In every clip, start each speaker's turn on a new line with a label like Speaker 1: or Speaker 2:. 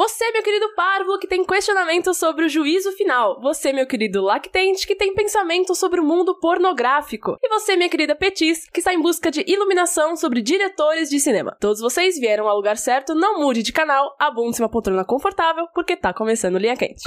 Speaker 1: Você, meu querido parvo, que tem questionamento sobre o juízo final. Você, meu querido lactente, que tem pensamento sobre o mundo pornográfico. E você, minha querida Petis, que está em busca de iluminação sobre diretores de cinema. Todos vocês vieram ao lugar certo, não mude de canal, abunde-se uma poltrona confortável, porque tá começando Linha Quente.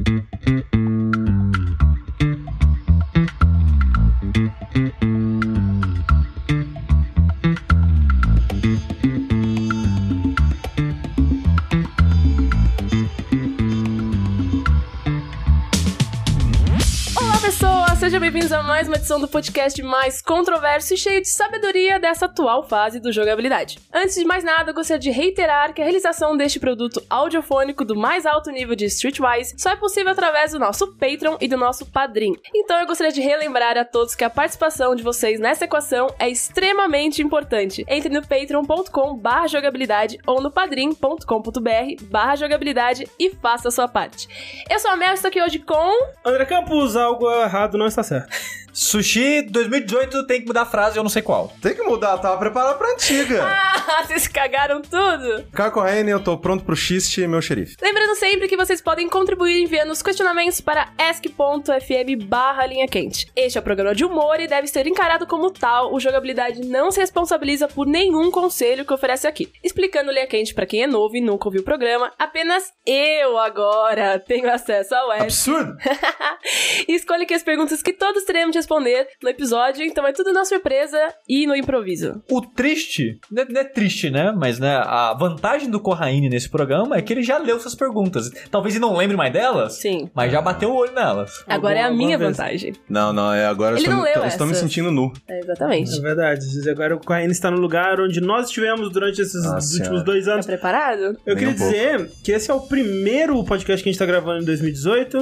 Speaker 1: Sejam bem-vindos a mais uma edição do podcast mais controverso e cheio de sabedoria dessa atual fase do jogabilidade. Antes de mais nada, eu gostaria de reiterar que a realização deste produto audiofônico do mais alto nível de Streetwise só é possível através do nosso Patreon e do nosso Padrim. Então eu gostaria de relembrar a todos que a participação de vocês nessa equação é extremamente importante. Entre no patreon.com/jogabilidade ou no padrim.com.br/jogabilidade e faça a sua parte. Eu sou a Mel, estou aqui hoje com...
Speaker 2: André Campos, algo errado não está certo.
Speaker 3: Sushi 2018 tem que mudar a frase, eu não sei qual.
Speaker 4: Tem que mudar, tava preparado pra antiga.
Speaker 1: Ah, vocês cagaram tudo?
Speaker 4: Caco Reine, eu tô pronto pro xiste, meu xerife.
Speaker 1: Lembrando sempre que vocês podem contribuir enviando os questionamentos para ask.fm/linha quente. Este é o programa de humor e deve ser encarado como tal. O Jogabilidade não se responsabiliza por nenhum conselho que oferece aqui. Explicando Linha Quente pra quem é novo e nunca ouviu o programa, apenas eu agora tenho acesso ao app.
Speaker 4: Absurdo!
Speaker 1: E escolha aqui as perguntas que todos teremos de responder no episódio, então é tudo na surpresa e no improviso.
Speaker 3: O triste, não é triste, né? Mas né, a vantagem do Corraine nesse programa é que ele já leu suas perguntas. Talvez ele não lembre mais delas,
Speaker 1: sim,
Speaker 3: mas já bateu o olho nelas.
Speaker 1: Agora é a minha vantagem.
Speaker 4: Não, é agora
Speaker 1: ele
Speaker 4: eu estou me sentindo nu.
Speaker 1: É, exatamente.
Speaker 2: É verdade. Agora o Corraine está no lugar onde nós estivemos durante esses últimos 2 anos.
Speaker 1: Tá preparado?
Speaker 2: Eu queria dizer que esse é o primeiro podcast que a gente tá gravando em 2018.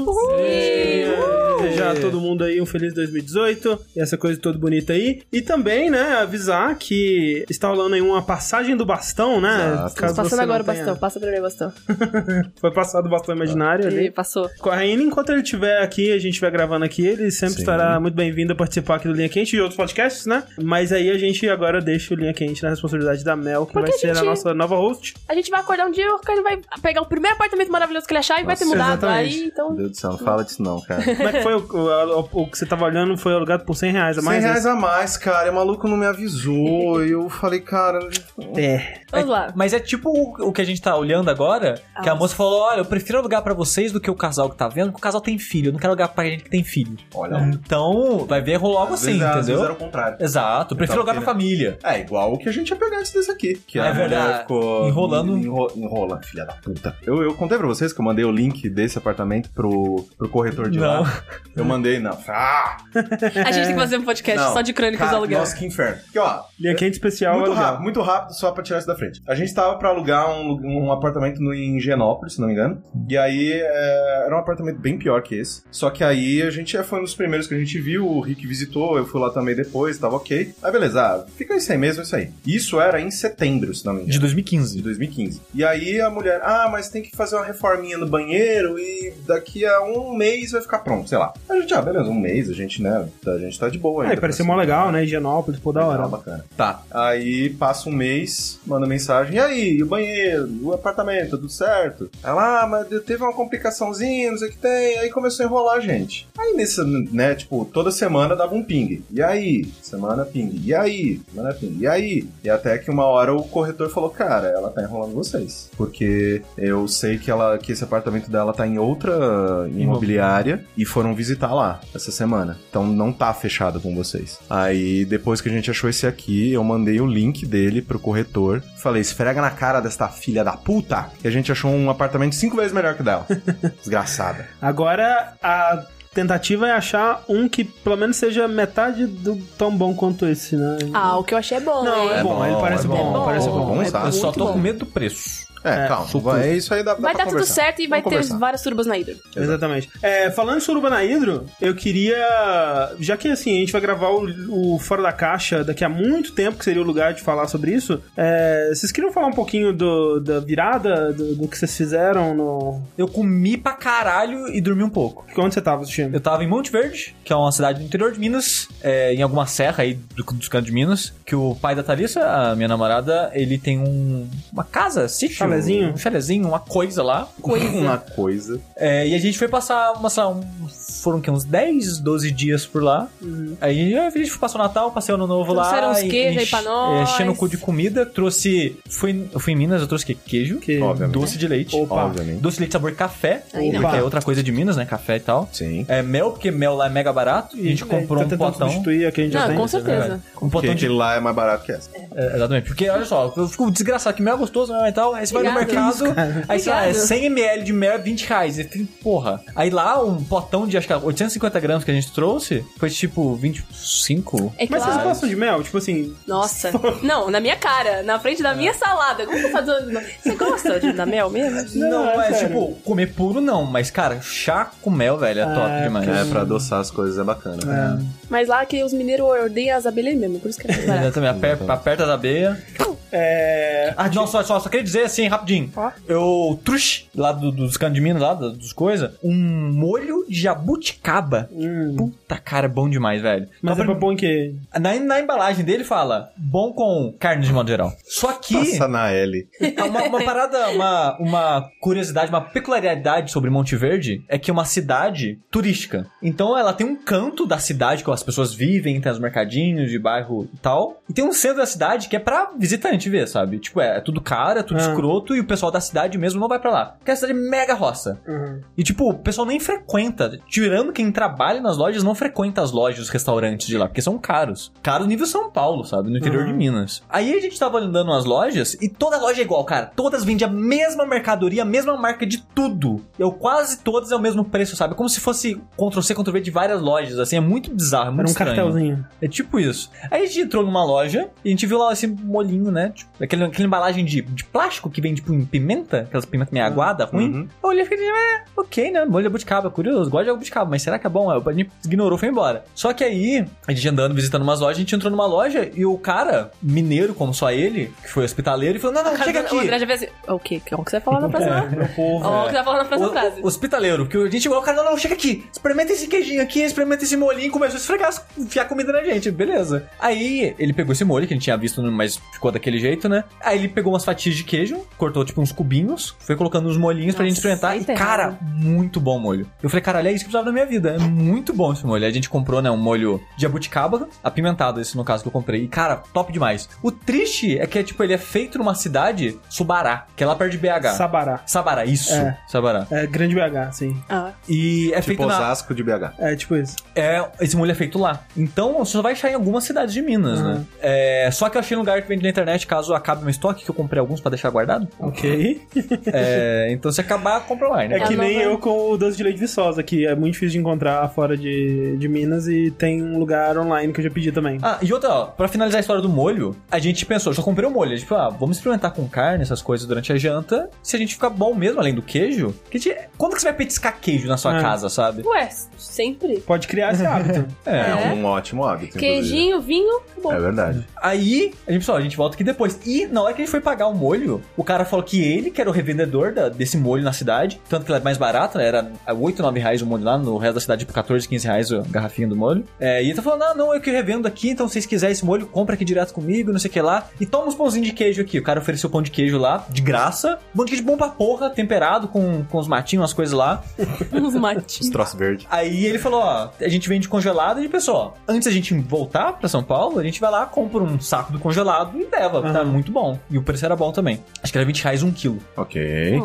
Speaker 2: Desejar a todo mundo aí um feliz 2018 e essa coisa toda bonita aí. E também, né, avisar que está rolando aí uma passagem do bastão, né?
Speaker 1: Estamos passando agora o bastão. Passa pra mim o bastão.
Speaker 2: Foi passado o bastão imaginário ali.
Speaker 1: Passou.
Speaker 2: Corraine, enquanto ele estiver aqui, a gente estiver gravando aqui, ele sempre estará muito bem-vindo a participar aqui do Linha Quente e outros podcasts, né? Mas aí a gente agora deixa o Linha Quente na responsabilidade da Mel, que vai ser a nossa nova host.
Speaker 1: A gente vai acordar um dia, o cara vai pegar o primeiro apartamento maravilhoso que ele achar e vai ter mudado aí, então...
Speaker 4: Meu Deus do céu, não fala disso não, cara.
Speaker 2: Como é que foi o que você tava olhando? Foi alugado por R$100 a mais?
Speaker 4: R$100 a mais, cara. O maluco não me avisou. E eu falei, cara...
Speaker 1: Vamos lá.
Speaker 3: Mas é tipo o que a gente tá olhando agora, que a moça falou, olha, eu prefiro alugar pra vocês do que o casal que tá vendo, porque o casal tem filho. Eu não quero alugar pra gente que tem filho.
Speaker 4: Olha.
Speaker 3: Então, vai ver, rolou algo assim, entendeu?
Speaker 4: Às vezes era o contrário.
Speaker 3: Exato. Eu prefiro alugar pra família.
Speaker 4: É, igual o que a gente ia pegar antes desse aqui. Que
Speaker 3: é verdade.
Speaker 4: Ficou
Speaker 3: enrolando.
Speaker 4: Enrola, filha da puta. Eu contei pra vocês que eu mandei o link desse apartamento pro corretor de
Speaker 3: lá.
Speaker 4: Eu mandei, não.
Speaker 1: A gente tem que fazer um podcast só de crônicas do aluguel.
Speaker 4: Nossa, que inferno. Porque, ó...
Speaker 2: Linha Quente especial.
Speaker 4: Muito rápido, só pra tirar isso da frente. A gente tava pra alugar um apartamento em Higienópolis, se não me engano. E aí, era um apartamento bem pior que esse. Só que aí, a gente foi um dos primeiros que a gente viu. O Rick visitou, eu fui lá também depois, tava ok. Aí, beleza, fica isso aí mesmo, isso aí. Isso era em setembro, se não me engano.
Speaker 3: De 2015.
Speaker 4: De 2015. E aí, a mulher, mas tem que fazer uma reforminha no banheiro e daqui a um mês vai ficar pronto, sei lá. A gente, beleza, um mês, a gente, né, a gente tá de boa ainda.
Speaker 2: Parecia mó legal, né, Higienópolis, pô, da hora.
Speaker 4: Bacana. Tá, aí passa um mês, manda mensagem, e aí, o banheiro, o apartamento, tudo certo? Ela, mas teve uma complicaçãozinha, não sei o que tem, aí começou a enrolar a gente. Aí nesse, né, tipo, toda semana dava um ping. E aí? Semana ping. E aí? Semana ping. E aí? E até que uma hora o corretor falou, cara, ela tá enrolando vocês. Porque eu sei que esse apartamento dela tá em outra imobiliária e foram visitar lá essa semana. Então não tá fechado com vocês. Aí depois que a gente achou esse aqui, eu mandei o link dele pro corretor. Falei, esfrega na cara desta filha da puta que a gente achou um apartamento 5 vezes melhor que o dela. Desgraçada.
Speaker 2: Agora a tentativa é achar um que pelo menos seja metade do tão bom quanto esse, né?
Speaker 1: O que eu achei é bom,
Speaker 2: Não,
Speaker 1: né?
Speaker 2: é bom, ele parece bom. Parece bom.
Speaker 3: Eu só tô com medo do preço.
Speaker 4: Calma, isso aí dá
Speaker 1: vai dar tudo certo e vai ter várias surubas na Hidro.
Speaker 2: Exatamente. Falando em suruba na Hidro, eu queria... Já que, assim, a gente vai gravar o Fora da Caixa daqui a muito tempo, que seria o lugar de falar sobre isso, vocês queriam falar um pouquinho da virada, do que vocês fizeram no...
Speaker 3: Eu comi pra caralho e dormi um pouco.
Speaker 2: Onde você tava assistindo?
Speaker 3: Eu tava em Monte Verde, que é uma cidade do interior de Minas, em alguma serra aí dos cantos de Minas, que o pai da Thalissa, a minha namorada, ele tem uma casa, sítio,
Speaker 2: chalezinho?
Speaker 3: Um chalezinho, uma coisa lá.
Speaker 4: Uma coisa.
Speaker 3: E a gente foi passar, foram uns 10, 12 dias por lá. Aí a gente passou o Natal, passei o Ano Novo lá.
Speaker 1: Trouxeram uns queijos aí pra nós.
Speaker 3: Enchendo o cu de comida. Trouxe... Eu fui em Minas, eu trouxe queijo.
Speaker 4: Obviamente.
Speaker 3: Doce de leite.
Speaker 2: Opa.
Speaker 4: Obviamente.
Speaker 3: Doce de leite sabor café.
Speaker 1: Aí não.
Speaker 3: Porque é outra coisa de Minas, né? Café e tal.
Speaker 4: Sim.
Speaker 3: Mel, porque mel lá é mega barato. E a gente comprou
Speaker 2: tá
Speaker 3: um
Speaker 2: tentando
Speaker 3: potão.
Speaker 2: substituir a que a gente já tem.
Speaker 1: Com certeza.
Speaker 3: Um
Speaker 4: Porque
Speaker 3: potão de...
Speaker 4: aquele lá é mais barato que essa.
Speaker 3: exatamente. Porque, olha só, eu fico desgraçado que mel é gostoso, mel e tal. Aí você vai no
Speaker 1: Obrigada.
Speaker 3: mercado, aí sei lá,
Speaker 1: Obrigada.
Speaker 3: 100 ml de mel é 20 reais. Eu fico, porra. Aí lá, um potão de, acho que 850 gramas que a gente trouxe, foi tipo 25.
Speaker 1: É que
Speaker 2: Mas vocês
Speaker 1: lá...
Speaker 2: gostam de mel? Tipo assim...
Speaker 1: Nossa. Não, na minha cara. Na frente da minha salada. Como você tá dizendo? Você gosta da mel mesmo?
Speaker 3: Não, é
Speaker 2: sério.
Speaker 3: tipo, comer puro não, mas cara, chá com mel, velho, é top demais.
Speaker 4: Pra adoçar as coisas é bacana.
Speaker 1: Mas lá que os mineiros odeiam as abelhas mesmo, por isso que é mais barato.
Speaker 3: Exatamente, aperta da abelha. Não, só queria dizer assim, rapidinho. Eu trouxe lá dos canos de Minas, lá dos coisas, um molho de jabuticaba. Puta, cara, é bom demais, velho.
Speaker 2: Mas é pra bom em que...
Speaker 3: Na embalagem dele fala, bom com carne de modo geral. Só que...
Speaker 4: Passa na L.
Speaker 3: Uma parada, uma curiosidade, uma peculiaridade sobre Monte Verde é que é uma cidade turística. Então ela tem um canto da cidade que as pessoas vivem, tem os mercadinhos de bairro e tal. E tem um centro da cidade que é pra visitante ver, sabe? Tipo, é tudo caro, é tudo escroto e o pessoal da cidade mesmo não vai pra lá. Porque é uma cidade mega roça. E tipo, o pessoal nem frequenta. Tirando quem trabalha nas lojas, não frequenta as lojas, os restaurantes de lá, porque são caros. Caro nível São Paulo, sabe? No interior de Minas. Aí a gente tava andando nas lojas e toda loja é igual, cara. Todas vendem a mesma mercadoria, a mesma marca de tudo. Quase todas é o mesmo preço, sabe? Como se fosse Ctrl-C, Ctrl-V de várias lojas, assim. É muito bizarro, é muito
Speaker 2: Era um
Speaker 3: estranho.
Speaker 2: cartelzinho.
Speaker 3: É tipo isso. Aí a gente entrou numa loja e a gente viu lá esse molhinho, né? Tipo, aquela embalagem de plástico que vem, tipo, em pimenta. Aquelas pimentas meio aguada, ruim. Eu olhei e fiquei, ok, né? Molho de jabuticaba, curioso. Gosto de jabuticaba, mas será que é bom? A gente ignorou, foi embora. Só que aí, a gente andando, visitando umas lojas, a gente entrou numa loja e o cara, mineiro como só ele, que foi hospitaleiro, e falou, não, chega aqui.
Speaker 1: O André já veio assim, o quê? Como que você vai falar na próxima?
Speaker 2: Meu povo.
Speaker 1: O que você vai falar na próxima frase?
Speaker 3: Hospitaleiro, porque a gente igual, o cara, não, chega aqui, experimenta esse queijinho aqui, experimenta esse molhinho, começou a esfregar, enfiar comida na gente, beleza. Aí, ele pegou esse molho, que a gente tinha visto, mas ficou daquele jeito, né? Aí ele pegou umas fatias de queijo, cortou, tipo, uns cubinhos, foi colocando uns molhinhos pra gente experimentar, e, cara, muito bom molho. Eu falei, caralho, é isso que eu precisava na minha vida, é muito bom esse molho. Aí a gente comprou, né, um molho de jabuticaba, apimentado, esse no caso que eu comprei, e, cara, top demais. O triste é que, tipo, ele é feito numa cidade, Subará, que é lá perto de BH. Sabará, isso. Sabará.
Speaker 2: É grande BH, sim.
Speaker 3: E é
Speaker 4: Tipo
Speaker 3: feito na...
Speaker 4: Osasco de BH.
Speaker 2: É, tipo isso.
Speaker 3: Esse molho é feito lá. Então, você só vai achar em algumas cidades de Minas, né? Só que eu achei um lugar que vende na internet, caso acabe meu estoque, que eu comprei alguns pra deixar guardado.
Speaker 2: Ok.
Speaker 3: Então, se acabar, compra online.
Speaker 2: É que nem eu com o doce de leite Viçosa, que é muito difícil de encontrar fora de Minas e tem um lugar online que eu já pedi também.
Speaker 3: E outra, ó, pra finalizar a história do molho, a gente pensou, eu só comprei o molho, a gente falou, vamos experimentar com carne, essas coisas durante a janta, se a gente ficar bom mesmo, além do queijo, quando que você vai petiscar queijo na sua casa, sabe?
Speaker 1: Ué, sempre.
Speaker 2: Pode criar esse hábito.
Speaker 4: É um ótimo hábito.
Speaker 1: Queijinho, vinho, bom.
Speaker 4: É verdade.
Speaker 3: Aí, a gente pensou, a gente volta aqui depois. E na hora que a gente foi pagar o molho, o cara falou que ele, que era o revendedor desse molho na cidade, tanto que ele é mais barato, né? Era 8, 9 reais o molho lá, no resto da cidade, por 14, 15 reais a garrafinha do molho. E ele tá falando, não, eu que revendo aqui, então se vocês quiserem esse molho, compra aqui direto comigo, não sei o que lá. E toma uns pãozinhos de queijo aqui. O cara ofereceu pão de queijo lá, de graça. Pão de queijo bom pra porra, temperado com os matinhos, as coisas lá.
Speaker 1: Uns matinhos.
Speaker 4: Os troços verdes.
Speaker 3: Aí ele falou, a gente vende congelado e pessoal, antes da gente voltar pra São Paulo, a gente vai lá, compra um saco do congelado e leva, tá muito bom. E o preço era bom também. Acho que era 20 reais um quilo.
Speaker 4: Ok.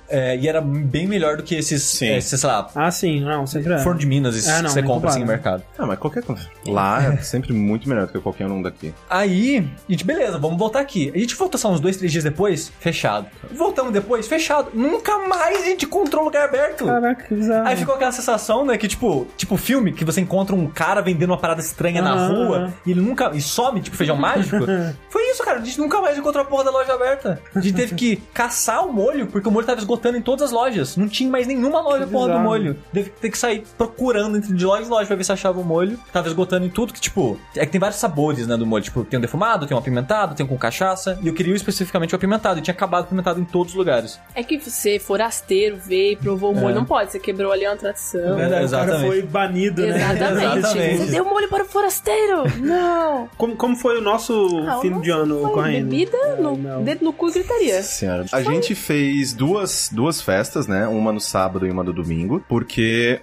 Speaker 3: E era bem melhor do que esses, sei lá...
Speaker 2: sim, não, sempre é.
Speaker 3: Forno de Minas, esses que você compra assim no mercado.
Speaker 4: Mas qualquer coisa. Lá é sempre muito melhor do que qualquer um daqui.
Speaker 3: Aí, gente, beleza, vamos voltar aqui. A gente voltou só uns 2, 3 dias depois, fechado. Voltamos depois, fechado. Nunca mais a gente encontrou um lugar aberto.
Speaker 2: Caraca, que bizarro.
Speaker 3: Aí ficou aquela sensação, né, que tipo filme, que você encontra um cara vendendo uma parada estranha na rua e ele nunca... E some, tipo feijão mágico. Foi isso, cara. A gente nunca mais encontrou a porra da loja aberta. A gente teve que caçar o molho, porque o molho tava esgotando em todas as lojas. Não tinha mais nenhuma loja porra do molho. Teve que sair procurando de loja em loja pra ver se achava um molho. Tava esgotando em tudo, que tipo... É que tem vários sabores, né, do molho. Tipo, tem um defumado, tem um apimentado, tem um com cachaça. E eu queria especificamente o apimentado. E tinha acabado o apimentado em todos os lugares.
Speaker 1: É que você, forasteiro, veio e provou o molho. Não pode, você quebrou ali uma tradição.
Speaker 2: Verdade, o cara foi banido, né?
Speaker 1: Exatamente. Você deu molho para o forasteiro! Não!
Speaker 2: Como foi o nosso fim de ano correndo?
Speaker 1: Bebida, dedo no cu e gritaria.
Speaker 4: Senhora. A gente fez duas festas, né? Uma no sábado e uma no domingo, porque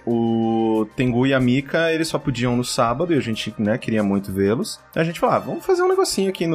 Speaker 4: o Tengu e a Mika, eles só podiam no sábado e a gente, né, queria muito vê-los. A gente falou, vamos fazer um negocinho aqui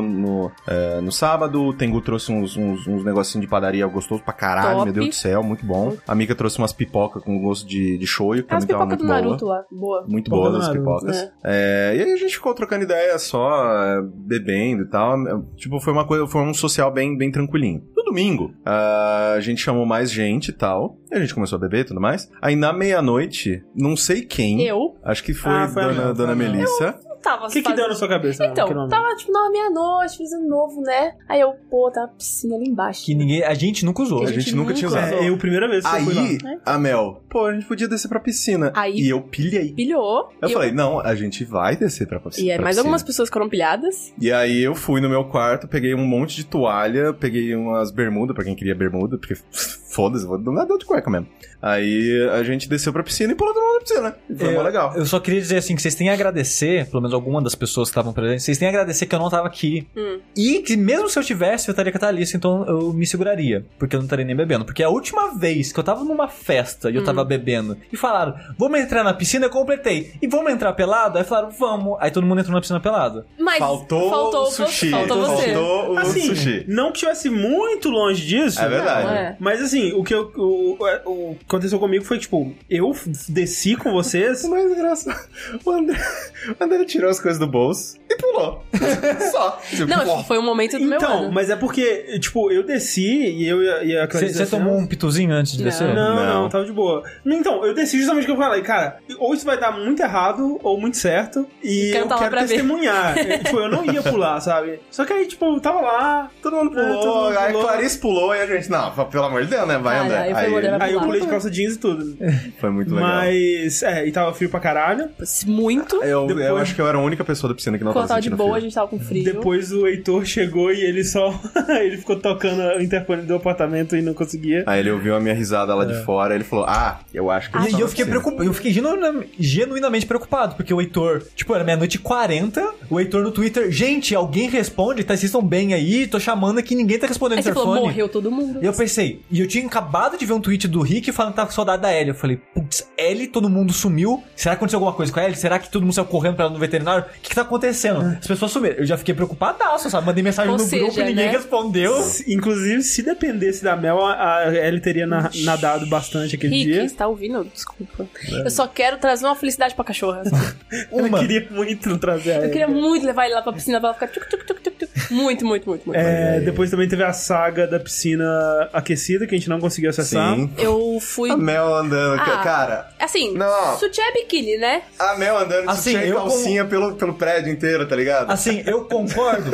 Speaker 4: no sábado. O Tengu trouxe uns negocinhos de padaria gostoso pra caralho,
Speaker 1: Top.
Speaker 4: meu Deus do céu, muito bom. A Mika trouxe umas pipocas com gosto de shoyu, que
Speaker 1: As
Speaker 4: também tava
Speaker 1: pipocas
Speaker 4: muito
Speaker 1: do
Speaker 4: boa.
Speaker 1: Naruto lá. Boa.
Speaker 4: Muito
Speaker 2: Pipoca
Speaker 4: boas
Speaker 2: do
Speaker 4: as
Speaker 2: Naruto,
Speaker 4: pipocas. E aí a gente ficou trocando ideia só, bebendo e tal. Tipo, foi um social bem tranquilinho. No domingo, a gente chamou mais gente e tal. E a gente começou a beber e tudo mais. Aí na meia-noite, não sei quem. Acho que foi Dona Melissa.
Speaker 1: Tava
Speaker 2: O que deu na sua cabeça?
Speaker 1: Então, tava tipo, na meia-noite, fiz ano novo, né? Aí eu, tá a piscina ali embaixo.
Speaker 3: Que a gente nunca usou.
Speaker 4: A gente nunca tinha usado.
Speaker 2: Eu, primeira vez que eu fui lá.
Speaker 4: Aí, a Mel, a gente podia descer pra piscina.
Speaker 1: Aí,
Speaker 4: e eu pilhei.
Speaker 1: Pilhou.
Speaker 4: Eu falei, não, a gente vai descer pra piscina.
Speaker 1: E mais algumas pessoas foram pilhadas.
Speaker 4: E aí eu fui no meu quarto, peguei um monte de toalha, peguei umas bermudas, pra quem queria bermuda, porque foda-se, vou dar de cueca mesmo. Aí a gente desceu pra piscina e pulou todo mundo na piscina. E foi mó legal.
Speaker 3: Eu só queria dizer assim, que vocês têm a agradecer, pelo menos alguma das pessoas que estavam presentes, vocês têm a agradecer que eu não tava aqui. E que mesmo se eu tivesse, eu estaria com a Thalissa, então eu me seguraria. Porque eu não estaria nem bebendo. Porque a última vez que eu tava numa festa e eu tava bebendo, e falaram, vamos entrar na piscina, eu completei. E vamos entrar pelado? Aí falaram, vamos. Aí todo mundo entrou na piscina pelado.
Speaker 1: Mas
Speaker 4: faltou o sushi.
Speaker 1: Faltou você.
Speaker 4: Faltou o
Speaker 2: assim,
Speaker 4: sushi.
Speaker 2: Não que estivesse muito longe disso.
Speaker 4: É verdade.
Speaker 1: Não, é.
Speaker 2: Mas assim, o que aconteceu comigo foi, tipo, eu desci com vocês.
Speaker 4: O mais engraçado, o André tirou as coisas do bolso e pulou. Só.
Speaker 1: Não, foi um momento do meu
Speaker 2: Então,
Speaker 1: ano.
Speaker 2: mas é porque, tipo, eu desci e eu e a Clarissa...
Speaker 3: Você tomou um pituzinho antes de descer?
Speaker 2: Não, tava de boa. Então, eu decidi justamente o que eu falei, cara, ou isso vai dar muito errado ou muito certo, e eu quero testemunhar. Tipo, eu não ia pular, sabe? Só que aí, tipo, eu tava lá,
Speaker 4: todo mundo pulou, aí a Clarice pulou e a gente, não, pelo amor de Deus, né? Vai, André.
Speaker 2: Aí eu pulei de calça jeans e tudo.
Speaker 4: Foi muito legal.
Speaker 2: Mas, e tava frio pra caralho.
Speaker 1: Muito.
Speaker 4: Eu acho que eu era a única pessoa da piscina que não tava sentindo
Speaker 1: de boa,
Speaker 4: frio.
Speaker 1: a gente tava com frio.
Speaker 2: Depois o Heitor chegou e ele só... ele ficou tocando o interfone do apartamento e não conseguia.
Speaker 4: Aí ele ouviu a minha risada lá de fora, ele falou, eu acho que ele
Speaker 3: E eu fiquei preocupado, eu fiquei genuinamente preocupado, porque o Heitor, tipo, era 00:40, o Heitor no Twitter, gente, alguém responde, vocês estão bem aí, tô chamando aqui, ninguém tá respondendo no
Speaker 1: interfone. Aí você falou, morreu todo mundo.
Speaker 3: E eu pensei, e eu tinha acabado de ver um tweet do Rick falando que tava com saudade da Ellie. Eu falei, putz, Ellie, todo mundo sumiu, será que aconteceu alguma coisa com a Ellie? Será que todo mundo saiu correndo pra ela no veterinário? O que tá acontecendo? As pessoas sumiram. Eu já fiquei preocupadaço, sabe? Mandei mensagem no grupo e ninguém respondeu.
Speaker 2: Inclusive, se dependesse da Mel, a Ellie teria nadado bastante aquele dia.
Speaker 1: Rick, você tá ouvindo? Desculpa. Eu só quero trazer uma felicidade pra cachorra.
Speaker 2: Eu queria muito trazer ela.
Speaker 1: Eu queria muito levar ele lá pra piscina pra ela ficar tuc. Muito.
Speaker 2: Depois também teve a saga da piscina aquecida, que a gente não conseguiu acessar.
Speaker 4: Sim.
Speaker 1: Eu fui...
Speaker 4: A Mel andando, cara...
Speaker 1: Assim,
Speaker 4: não.
Speaker 1: sutiã é biquíni, né?
Speaker 4: A Mel andando de
Speaker 3: assim,
Speaker 4: sutiã e calcinha pelo prédio inteiro, tá ligado?
Speaker 3: Assim, eu concordo.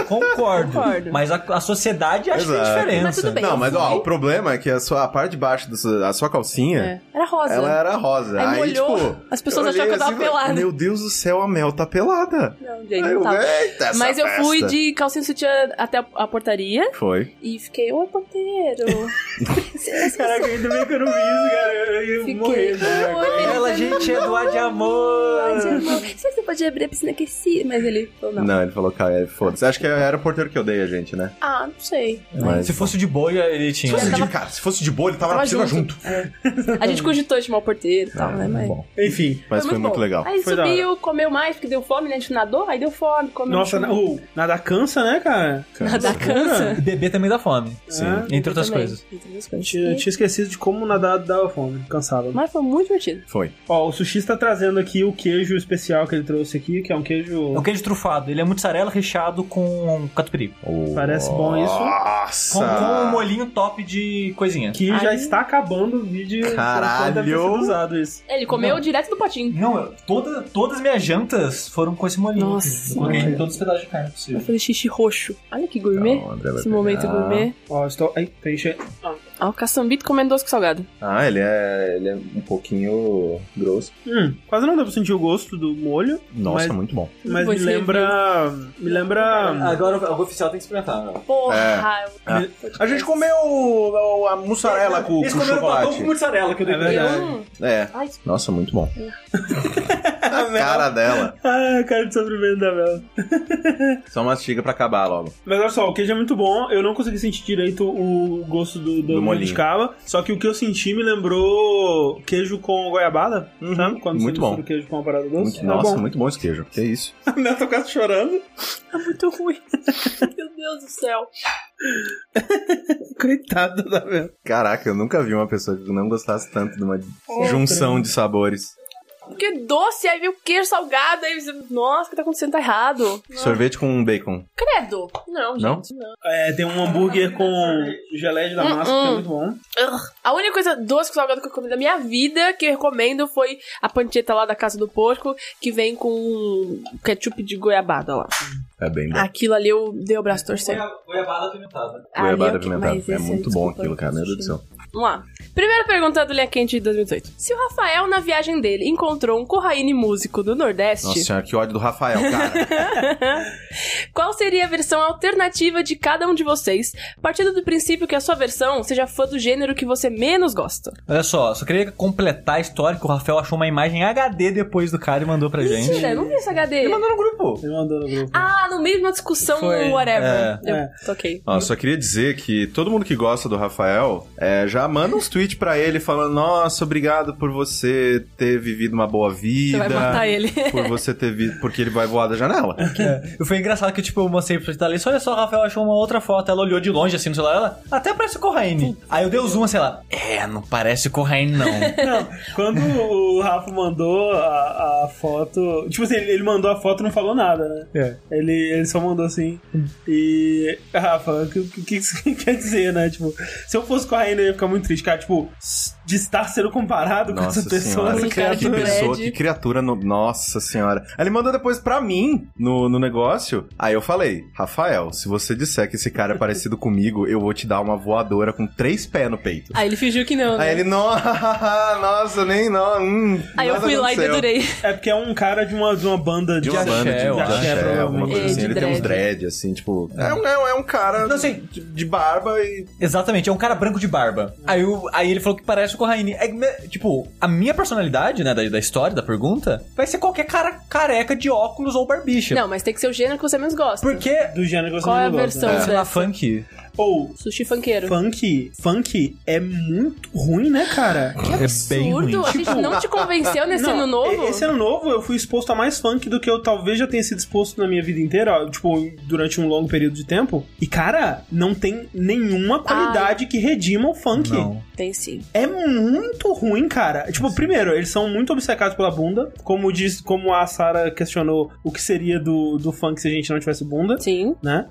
Speaker 3: Mas a sociedade acha que tem diferença.
Speaker 1: Mas tudo bem.
Speaker 4: Não, mas ó, o problema é que a parte de baixo da sua calcinha...
Speaker 1: Era rosa.
Speaker 4: Ela era rosa.
Speaker 1: Aí molhou,
Speaker 4: tipo,
Speaker 1: as pessoas acharam que eu tava pelada.
Speaker 4: Meu Deus do céu, a Mel tá pelada.
Speaker 1: Não, gente, não tava. Mas eu fui de calcinha e sutiã até a portaria.
Speaker 4: Foi.
Speaker 1: E fiquei, oi, porteiro.
Speaker 2: Caraca, ainda bem que eu não vi isso, cara. Eu ia morrer.
Speaker 3: Ela, gente, é do ar de amor.
Speaker 1: Você pode abrir a piscina aquecida. Mas ele falou, não.
Speaker 4: Não, ele falou, cara, foda-se. Acho que era o porteiro que odeia a gente, né?
Speaker 1: Ah, não sei.
Speaker 4: Mas...
Speaker 3: Se fosse de boia, ele tinha...
Speaker 4: Se fosse de boa, ele tava na piscina junto.
Speaker 1: A gente cogitou de chamar o porteiro e tal, né? Mas...
Speaker 2: Bom. Enfim.
Speaker 4: Mas foi muito legal.
Speaker 1: Aí
Speaker 2: foi
Speaker 1: subiu, comeu mais, porque deu fome, né? A gente nadou, aí deu fome, comeu.
Speaker 2: Nossa, nada cansa, né, cara?
Speaker 1: Nadar cansa.
Speaker 3: E beber também dá fome.
Speaker 4: Sim.
Speaker 3: Entre outras coisas.
Speaker 2: Tinha esquecido de como nadar dava fome. Cansava.
Speaker 1: Mas foi muito divertido.
Speaker 4: Foi.
Speaker 2: Ó, o Sushi está trazendo aqui o queijo especial que ele trouxe aqui, que é um queijo...
Speaker 3: É um queijo trufado. Ele é mussarela recheado com catupiry.
Speaker 2: Parece bom isso.
Speaker 4: Nossa!
Speaker 3: Com um molhinho top de coisinha.
Speaker 2: Que já está acabando o vídeo.
Speaker 4: Caralho!
Speaker 2: Deve ter sido usado isso.
Speaker 1: Ele comeu direto do potinho.
Speaker 3: Não, todas minhas jantas foram com esse molhinho.
Speaker 1: Nossa.
Speaker 3: Eu coloquei em todos os pedaços de carne possível.
Speaker 1: Eu falei xixi roxo. Olha que gourmet.
Speaker 4: Não, André vai
Speaker 1: Esse
Speaker 4: pegar.
Speaker 1: momento gourmet.
Speaker 2: Ó, estou... Aí, preenche.
Speaker 1: Ó, o caçambito comendo doce com salgado.
Speaker 4: Ah, ele é um pouquinho grosso.
Speaker 2: Quase não dá pra sentir o gosto do molho.
Speaker 4: Nossa, muito bom.
Speaker 2: Mas
Speaker 1: Depois
Speaker 2: me lembra...
Speaker 3: Agora o oficial tem que experimentar. Né?
Speaker 1: Porra!
Speaker 4: A gente comeu a mussarela com
Speaker 3: Eles comeram
Speaker 4: chocolate.
Speaker 3: batom com mozzarela que eu dei pra
Speaker 2: verdade.
Speaker 4: É.
Speaker 1: Ai.
Speaker 4: Nossa, muito bom. A cara dela.
Speaker 2: Ah, cara de sofrimento da Mel.
Speaker 4: Só mastiga pra acabar logo.
Speaker 2: Mas olha só, o queijo é muito bom. Eu não consegui sentir direito o gosto do molho
Speaker 4: molinho
Speaker 2: de cava. Só que o que eu senti me lembrou queijo com goiabada. Sabe? Quando
Speaker 4: Muito
Speaker 2: você
Speaker 4: bom.
Speaker 2: mistura o queijo com uma parada doce. Tá
Speaker 4: Nossa,
Speaker 2: bom.
Speaker 4: muito bom esse queijo. Que isso?
Speaker 2: A Mel tá quase chorando.
Speaker 1: É muito ruim. Meu Deus do céu.
Speaker 2: Coitada da Mel.
Speaker 4: Caraca, eu nunca vi uma pessoa que não gostasse tanto de uma junção de sabores.
Speaker 1: Que doce, aí veio queijo salgado, aí você... Nossa, o que tá acontecendo? Tá errado.
Speaker 4: Sorvete com bacon.
Speaker 1: Credo. Não,
Speaker 4: Não?
Speaker 1: gente, não.
Speaker 2: É, tem um hambúrguer com geleia de damasco, que é muito bom.
Speaker 1: A única coisa doce com salgado que eu comi da minha vida, que eu recomendo, foi a pancheta lá da Casa do Porco, que vem com ketchup de goiabada lá.
Speaker 4: É bem bom.
Speaker 1: Aquilo ali eu dei o braço torcendo.
Speaker 3: Goiabada apimentada.
Speaker 4: Goiabada apimentada. É muito bom aquilo, cara. Meu Deus do céu.
Speaker 1: Vamos lá. Primeira pergunta do Linha Quente de 2018. Se o Rafael, na viagem dele, encontrou um Corraine músico do Nordeste...
Speaker 4: Nossa senhora, que ódio do Rafael, cara.
Speaker 1: Qual seria a versão alternativa de cada um de vocês, partindo do princípio que a sua versão seja fã do gênero que você menos gosta?
Speaker 3: Olha só queria completar a história que o Rafael achou uma imagem HD depois do cara e mandou pra gente.
Speaker 1: Mentira, eu não vi esse HD.
Speaker 3: Ele mandou no grupo.
Speaker 2: Ele mandou no grupo.
Speaker 1: Ah, no meio de uma discussão,
Speaker 3: Foi,
Speaker 1: whatever.
Speaker 3: é.
Speaker 1: Eu toquei.
Speaker 4: Ó, só queria dizer que todo mundo que gosta do Rafael já manda uns tweets pra ele falando: nossa, obrigado por você ter vivido uma boa vida.
Speaker 1: Você vai matar ele.
Speaker 4: Por você ter porque ele vai voar da janela.
Speaker 3: E foi engraçado que, tipo, eu mostrei pra Thalissa, olha só, o Rafael achou uma outra foto. Ela olhou de longe, assim, no celular, ela até parece Corraine. Aí eu dei o zoom, sei lá, não parece Corraine, não.
Speaker 2: Não, quando o Rafa mandou a foto... Tipo assim, ele mandou a foto e não falou nada, né? Ele só mandou assim. E... Rafa, o que isso quer dizer, né? Tipo, se eu fosse com a Rainha, eu ia ficar muito triste, cara. Tipo, de estar sendo comparado com essa pessoa,
Speaker 4: senhora,
Speaker 2: essa
Speaker 4: que
Speaker 2: criatura.
Speaker 4: pessoa, que criatura. Nossa senhora. Aí ele mandou depois pra mim, no negócio. Aí eu falei: Rafael, se você disser que esse cara é parecido comigo, eu vou te dar uma voadora com 3 pés no peito.
Speaker 1: Aí ele fingiu que não, né?
Speaker 4: Aí ele, nossa, nem não.
Speaker 1: Aí eu fui lá e dedurei.
Speaker 2: É porque é um cara de uma banda de
Speaker 4: uma banda de axé,
Speaker 2: provavelmente.
Speaker 4: alguma coisa assim.
Speaker 1: De
Speaker 4: Ele tem uns
Speaker 1: dread.
Speaker 4: dread, assim, tipo... É um cara
Speaker 3: Não sei.
Speaker 4: de barba e...
Speaker 3: Exatamente, é um cara branco de barba. Aí ele falou que parece o Corraine. Tipo, a minha personalidade, né, da história, da pergunta, vai ser qualquer cara careca de óculos ou barbicha.
Speaker 1: Não, mas tem que ser o gênero que você menos gosta.
Speaker 3: Porque...
Speaker 2: Do gênero que você
Speaker 1: Qual é a
Speaker 2: não gosta.
Speaker 1: versão?
Speaker 3: Sei lá,
Speaker 1: dessa.
Speaker 3: funk.
Speaker 2: Ou...
Speaker 1: Sushi funkeiro.
Speaker 2: Funk é muito ruim, né, cara?
Speaker 1: Que absurdo. A gente não te convenceu nesse ano novo?
Speaker 2: Esse ano novo eu fui exposto a mais funk do que eu talvez já tenha sido exposto na minha vida inteira, ó, tipo, durante um longo período de tempo. E, cara, não tem nenhuma qualidade que redima o funk.
Speaker 3: Não.
Speaker 1: Tem sim.
Speaker 2: É muito ruim, cara. Tipo, primeiro, eles são muito obcecados pela bunda. Como a Sarah questionou o que seria do funk se a gente não tivesse bunda.
Speaker 1: Sim.
Speaker 2: Né?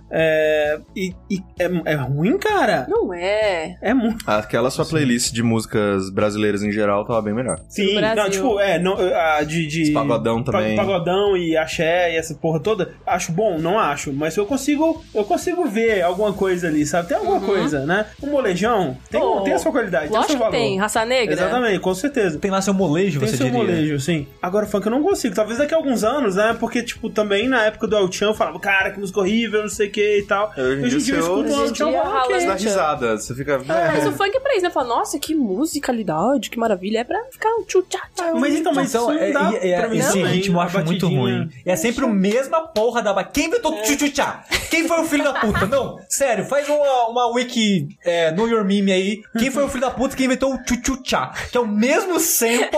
Speaker 2: É ruim, cara.
Speaker 1: Não é.
Speaker 2: É muito.
Speaker 4: Aquela sua playlist de músicas brasileiras em geral tava bem melhor.
Speaker 2: Sim,
Speaker 1: Brasil.
Speaker 2: não, tipo, de
Speaker 4: Pagodão também.
Speaker 2: Pagodão e axé e essa porra toda. Acho bom? Não acho. Mas eu consigo ver alguma coisa ali, sabe? Tem alguma coisa, né? Um molejão tem a sua qualidade, tem o seu
Speaker 1: Lógico que
Speaker 2: valor.
Speaker 1: tem. Raça Negra.
Speaker 2: Exatamente, com certeza.
Speaker 3: Tem lá seu molejo,
Speaker 2: Tem
Speaker 3: você
Speaker 2: seu
Speaker 3: diria.
Speaker 2: molejo, sim. Agora, funk eu não consigo. Talvez daqui a alguns anos, né? Porque, tipo, também na época do El Chan eu falava, cara, que música horrível, não sei o que e tal.
Speaker 4: Hoje em dia
Speaker 2: eu escuto
Speaker 1: Hoje
Speaker 2: o
Speaker 1: em
Speaker 2: El Chan
Speaker 1: dia
Speaker 2: e falo, ok.
Speaker 4: Você dá risada, você fica...
Speaker 1: Mas o funk é pra isso, né? Fala, nossa, que musicalidade, que maravilha. É pra ficar um tchu-tchá-tchá.
Speaker 2: Mas então, isso não dá pra mim
Speaker 3: esse
Speaker 2: também,
Speaker 3: ritmo eu
Speaker 2: a
Speaker 3: acho muito
Speaker 2: batidinha.
Speaker 3: ruim. É sempre a mesma porra da... Quem inventou tchu-tchu-tchá? Quem foi o filho da puta? Não, sério, faz uma wiki no Your Meme aí. Quem foi o filho da puta que inventou o tchu-tchu-tchá? Que é o mesmo sample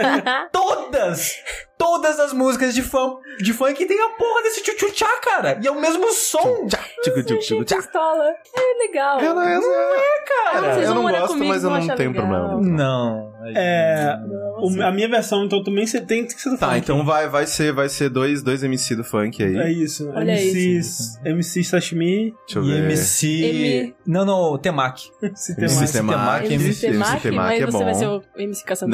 Speaker 3: todas as músicas de funk tem a porra desse tchu-tchu-tchá, cara. E é o mesmo som.
Speaker 1: Pistola. É legal.
Speaker 3: Cara,
Speaker 1: vocês
Speaker 4: eu
Speaker 1: vão
Speaker 4: não
Speaker 1: morar
Speaker 4: gosto,
Speaker 1: comigo,
Speaker 4: mas eu
Speaker 1: vão
Speaker 4: não
Speaker 1: achar
Speaker 4: tenho
Speaker 1: legal.
Speaker 4: problema.
Speaker 3: não.
Speaker 2: A minha versão, então, também você tem que ser do funk.
Speaker 4: Tá, então vai ser dois MC do funk aí.
Speaker 2: É isso.
Speaker 1: Olha
Speaker 2: MC Sashimi
Speaker 4: Deixa eu
Speaker 3: E
Speaker 4: ver.
Speaker 3: MC... Não, Temaki.
Speaker 2: MC
Speaker 4: MC
Speaker 2: Temaki.
Speaker 4: Temaki.
Speaker 1: MC Temaki, mas
Speaker 4: é
Speaker 1: você
Speaker 4: bom.
Speaker 1: vai ser o MC Caçambito?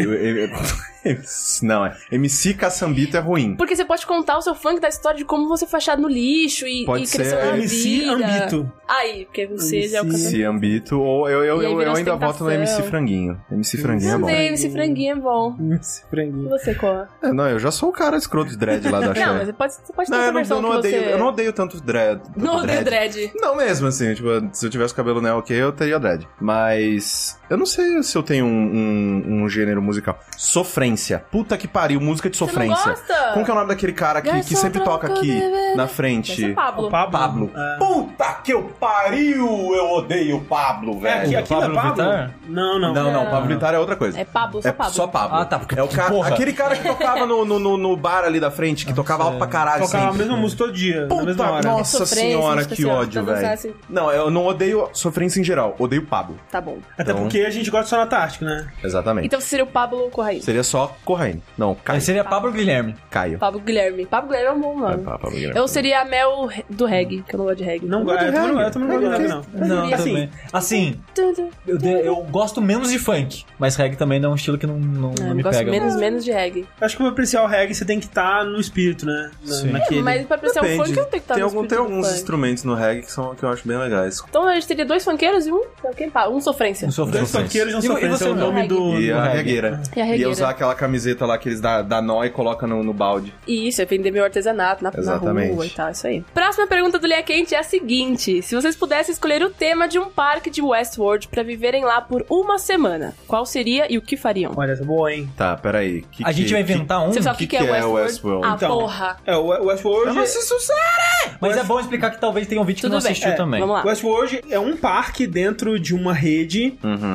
Speaker 4: Não, MC Caçambito é ruim.
Speaker 1: Porque você pode contar o seu funk da história de como você foi achado no lixo e
Speaker 4: Pode
Speaker 1: cresceu
Speaker 4: ser
Speaker 1: na
Speaker 2: MC
Speaker 1: vida.
Speaker 2: Ambito.
Speaker 1: Aí, porque você já é o
Speaker 2: MC
Speaker 1: Caçambito.
Speaker 4: MC Ambito, ou eu
Speaker 1: E aí vira
Speaker 4: ainda voto no
Speaker 1: ostentação.
Speaker 4: MC Franguinho. MC Franguinho é bom.
Speaker 1: Também, MC Franguinho é bom.
Speaker 2: MC
Speaker 1: E
Speaker 2: Franguinho.
Speaker 1: você, qual?
Speaker 4: Não, eu já sou o cara escroto de dread lá da
Speaker 1: Não, mas
Speaker 4: Xé.
Speaker 1: você pode ter
Speaker 4: Não,
Speaker 1: essa
Speaker 4: eu
Speaker 1: versão
Speaker 4: não
Speaker 1: que
Speaker 4: odeio,
Speaker 1: você...
Speaker 4: eu não odeio tanto dread.
Speaker 1: Não odeio dread.
Speaker 4: Não mesmo, assim, tipo, se eu tivesse cabelo neo ok, eu teria dread. Mas eu não sei se eu tenho um gênero musical. Sofrência. Puta que pariu, música de
Speaker 1: Você não
Speaker 4: sofrência.
Speaker 1: gosta?
Speaker 4: Como que é o nome daquele cara que
Speaker 1: Garçom,
Speaker 4: sempre toca
Speaker 1: troca,
Speaker 4: aqui
Speaker 1: bebê.
Speaker 4: na
Speaker 1: Esse
Speaker 4: frente?
Speaker 1: é Pablo.
Speaker 2: O Pablo.
Speaker 4: Puta que eu pariu! Eu odeio o Pablo, velho.
Speaker 2: Aquilo é
Speaker 3: Pablo
Speaker 2: Pablo?
Speaker 3: Vittar?
Speaker 2: Não.
Speaker 4: Não, Pablo Vittar é outra coisa.
Speaker 1: É Pablo,
Speaker 4: É
Speaker 1: só Pablo.
Speaker 4: só Pablo.
Speaker 3: Ah, tá, porque-
Speaker 4: é o cara,
Speaker 3: porra.
Speaker 4: aquele cara que tocava no bar ali da frente, que tocava alto pra caralho
Speaker 2: Tocava a
Speaker 4: sempre.
Speaker 2: mesma música todo dia, na mesma
Speaker 4: Puta,
Speaker 2: hora.
Speaker 4: nossa
Speaker 1: Sofrência,
Speaker 4: senhora,
Speaker 1: tipo
Speaker 4: que
Speaker 1: assim, ó,
Speaker 4: ódio,
Speaker 1: pra dançar
Speaker 4: velho.
Speaker 1: assim.
Speaker 4: Não, eu não odeio sofrência em geral, odeio Pablo.
Speaker 1: Tá bom.
Speaker 2: Até
Speaker 4: Então-
Speaker 2: porque a gente gosta de Sonata Ártica, né?
Speaker 4: Exatamente.
Speaker 1: Então você seria o Pablo Corraine.
Speaker 4: Seria só Corraine. Não, Caio.
Speaker 3: Aí seria Pablo Guilherme.
Speaker 4: Caio.
Speaker 1: Pablo Guilherme. Pablo Guilherme é um bom nome.
Speaker 4: Pablo Guilherme.
Speaker 1: Eu seria a Mel do reggae, que eu não gosto de reggae.
Speaker 2: Não gosto. Eu também não gosto de reggae, não.
Speaker 3: Não,
Speaker 2: Assim,
Speaker 3: também. Assim, eu gosto menos de funk, mas reggae também não é um estilo que não
Speaker 1: Eu
Speaker 3: me
Speaker 1: gosto
Speaker 3: pega.
Speaker 1: menos de reggae.
Speaker 2: acho que pra apreciar o reggae você tem que estar no espírito, né?
Speaker 3: Sim.
Speaker 2: Naquele...
Speaker 1: Mas pra apreciar o
Speaker 4: Depende.
Speaker 1: funk eu tenho que estar
Speaker 4: Tem,
Speaker 1: no
Speaker 4: tem
Speaker 1: espírito do
Speaker 4: alguns
Speaker 1: funk.
Speaker 4: instrumentos no reggae que eu acho bem legais.
Speaker 1: Então a gente teria 2 funkeiros e um... Um sofrência.
Speaker 3: Não sofro
Speaker 2: Dois
Speaker 3: sofrência.
Speaker 2: funkeiros não
Speaker 3: E
Speaker 2: sofrem,
Speaker 3: você,
Speaker 2: é o
Speaker 3: meu?
Speaker 2: nome do...
Speaker 4: E
Speaker 2: do
Speaker 4: a
Speaker 2: reggae.
Speaker 4: regueira.
Speaker 1: E a regueira.
Speaker 4: Ia usar aquela camiseta lá que eles dá nó e coloca no balde.
Speaker 1: E isso, é vender meu artesanato na
Speaker 4: Exatamente.
Speaker 1: rua e tal, isso aí. Próxima pergunta do Linha Quente é a seguinte: se vocês pudessem escolher o tema de um parque de Westworld pra viverem lá por uma semana, qual seria e o que fariam?
Speaker 2: Olha, essa é boa, hein?
Speaker 4: Tá, peraí.
Speaker 3: A gente vai inventar um,
Speaker 1: Você sabe o que é Westworld?
Speaker 4: Westworld?
Speaker 1: Ah,
Speaker 2: Então,
Speaker 1: porra.
Speaker 2: o Westworld...
Speaker 3: mas é bom explicar que talvez tenha um vídeo que
Speaker 1: Tudo
Speaker 3: não
Speaker 1: bem.
Speaker 3: assistiu também.
Speaker 1: Vamos lá.
Speaker 2: Westworld é um parque dentro de uma rede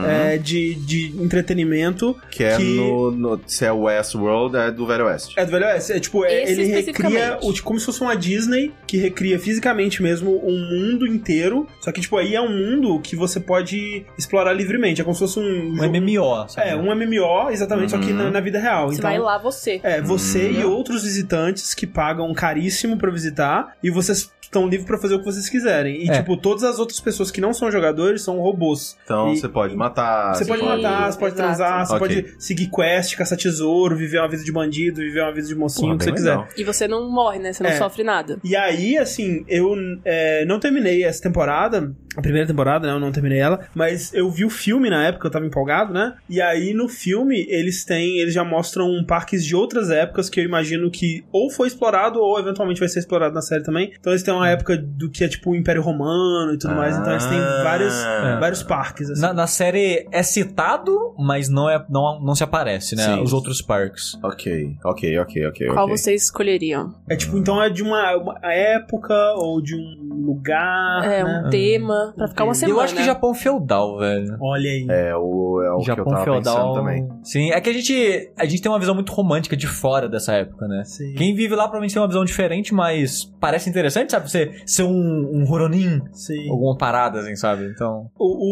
Speaker 2: de entretenimento
Speaker 4: Que é se é Westworld, é do Velho Oeste.
Speaker 2: É do Velho Oeste. É tipo,
Speaker 1: Esse
Speaker 2: ele recria
Speaker 1: especificamente.
Speaker 2: como se fosse uma Disney que recria fisicamente mesmo um mundo inteiro. Só que, tipo, aí é um mundo que você pode explorar livremente. É como se fosse um jogo-
Speaker 3: MMO, sabe?
Speaker 2: É, um MMO, exatamente, só que na vida real.
Speaker 1: Você
Speaker 2: Então,
Speaker 1: vai lá, você.
Speaker 2: você e outros visitantes que pagam caríssimo pra visitar e vocês estão livres pra fazer o que vocês quiserem. E, tipo, todas as outras pessoas que não são jogadores são robôs.
Speaker 4: Então
Speaker 2: E-
Speaker 4: você pode matar.
Speaker 2: Você pode matar, você pode
Speaker 1: exato.
Speaker 2: transar, você
Speaker 4: Ok.
Speaker 2: pode seguir quest, caçar tesouro, viver uma vida de bandido, viver uma vida de mocinho,
Speaker 4: Porra,
Speaker 2: o que você
Speaker 4: bem
Speaker 2: quiser.
Speaker 4: legal.
Speaker 1: E você não morre, né? Você não
Speaker 2: É.
Speaker 1: sofre nada.
Speaker 2: E aí, assim, eu não terminei essa temporada, a primeira temporada, né? Eu não terminei ela, mas eu vi o filme na época, eu tava empolgado, né? E aí, no filme, eles já mostram parques de outras épocas que eu imagino que ou foi explorado ou eventualmente vai ser explorado na série também. Então eles têm uma época do que é tipo o Império Romano e tudo mais, então eles têm vários parques, assim.
Speaker 3: Na série é citado, mas não se aparece, né?
Speaker 4: Sim.
Speaker 3: Os outros parques.
Speaker 4: Ok.
Speaker 1: Qual vocês escolheriam?
Speaker 2: É tipo, então é de uma época ou de um lugar,
Speaker 1: É,
Speaker 2: né?
Speaker 1: um tema pra ficar uma semana.
Speaker 3: Eu acho que Japão feudal, velho.
Speaker 2: Olha aí.
Speaker 4: É o que eu
Speaker 3: Japão
Speaker 4: tava pensando
Speaker 3: feudal
Speaker 4: também.
Speaker 3: Sim, é que a gente tem uma visão muito romântica de fora dessa época, né?
Speaker 2: Sim.
Speaker 3: Quem vive lá provavelmente tem uma visão diferente, mas parece interessante, sabe? Você ser um Horonin,
Speaker 2: Sim.
Speaker 3: alguma parada, assim, sabe? Então...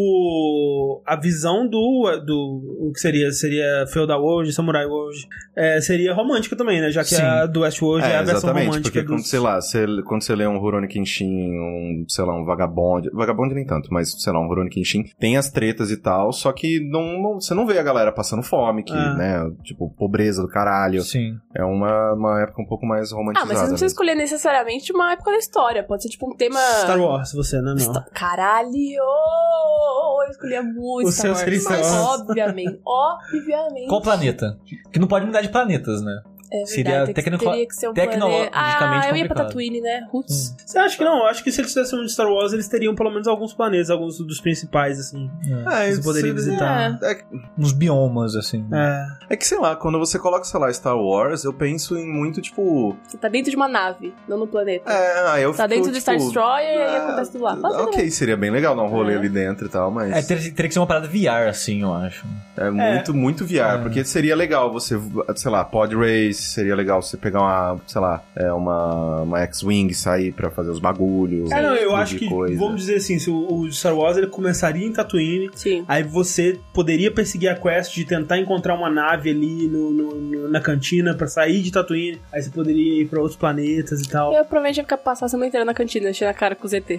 Speaker 2: A visão o que seria Feudal World, Samurai World, seria romântica também, né? Já que
Speaker 3: Sim.
Speaker 2: a do Westworld é a versão
Speaker 4: exatamente,
Speaker 2: romântica
Speaker 4: porque quando, sei lá, quando você lê um Rurouni Kenshin, um Vagabond nem tanto, mas, sei lá, um Rurouni Kenshin, tem as tretas e tal, só que você não vê a galera passando fome, né, tipo, pobreza do caralho.
Speaker 3: Sim.
Speaker 4: É uma época um pouco mais romantizada.
Speaker 1: mas você não precisa
Speaker 4: mesmo.
Speaker 1: escolher necessariamente uma época da história. Pode ser tipo um tema...
Speaker 2: Star Wars, você, né? Não.
Speaker 1: Caralho! Eu escolhia muito
Speaker 2: O
Speaker 1: Star
Speaker 2: seu
Speaker 1: Wars.
Speaker 2: seria Star
Speaker 1: Mas
Speaker 2: Wars.
Speaker 1: obviamente.
Speaker 3: Qual planeta? Que não pode mudar de planetas, né?
Speaker 1: É
Speaker 3: Seria
Speaker 1: verdade, teria que ser um
Speaker 3: tecnologicamente
Speaker 1: planeta. Eu ia pra
Speaker 3: complicado.
Speaker 1: Tatooine, né? Roots.
Speaker 2: Você acha que não? Eu acho que se eles fizessem um de Star Wars, eles teriam pelo menos alguns planetas, alguns dos principais, assim. Você poderia visitar.
Speaker 3: Uns biomas, assim.
Speaker 2: É.
Speaker 4: É que, sei lá, quando você coloca, sei lá, Star Wars, eu penso em muito, tipo...
Speaker 1: Você tá dentro de uma nave, não no planeta.
Speaker 4: Eu
Speaker 1: Tá
Speaker 4: fico,
Speaker 1: dentro do Star
Speaker 4: tipo,
Speaker 1: Destroyer e aí acontece tudo lá. Pode ser
Speaker 4: Ok, seria bem legal dar um rolê
Speaker 1: É.
Speaker 4: ali dentro e tal, mas...
Speaker 3: Teria que ser uma parada VR, assim, eu acho.
Speaker 4: É muito VR, porque seria legal você, sei lá, pod race, seria legal você pegar uma, sei lá, uma X-Wing e sair pra fazer os bagulhos.
Speaker 2: Não, eu acho que,
Speaker 4: coisa.
Speaker 2: vamos dizer assim, se o Star Wars ele começaria em Tatooine,
Speaker 1: Sim.
Speaker 2: aí você poderia perseguir a quest de tentar encontrar uma nave ali na cantina pra sair de Tatooine, aí você poderia ir pra outros planetas e tal.
Speaker 1: Eu provavelmente ia passar a semana inteira na cantina, enchendo a cara com o ZT.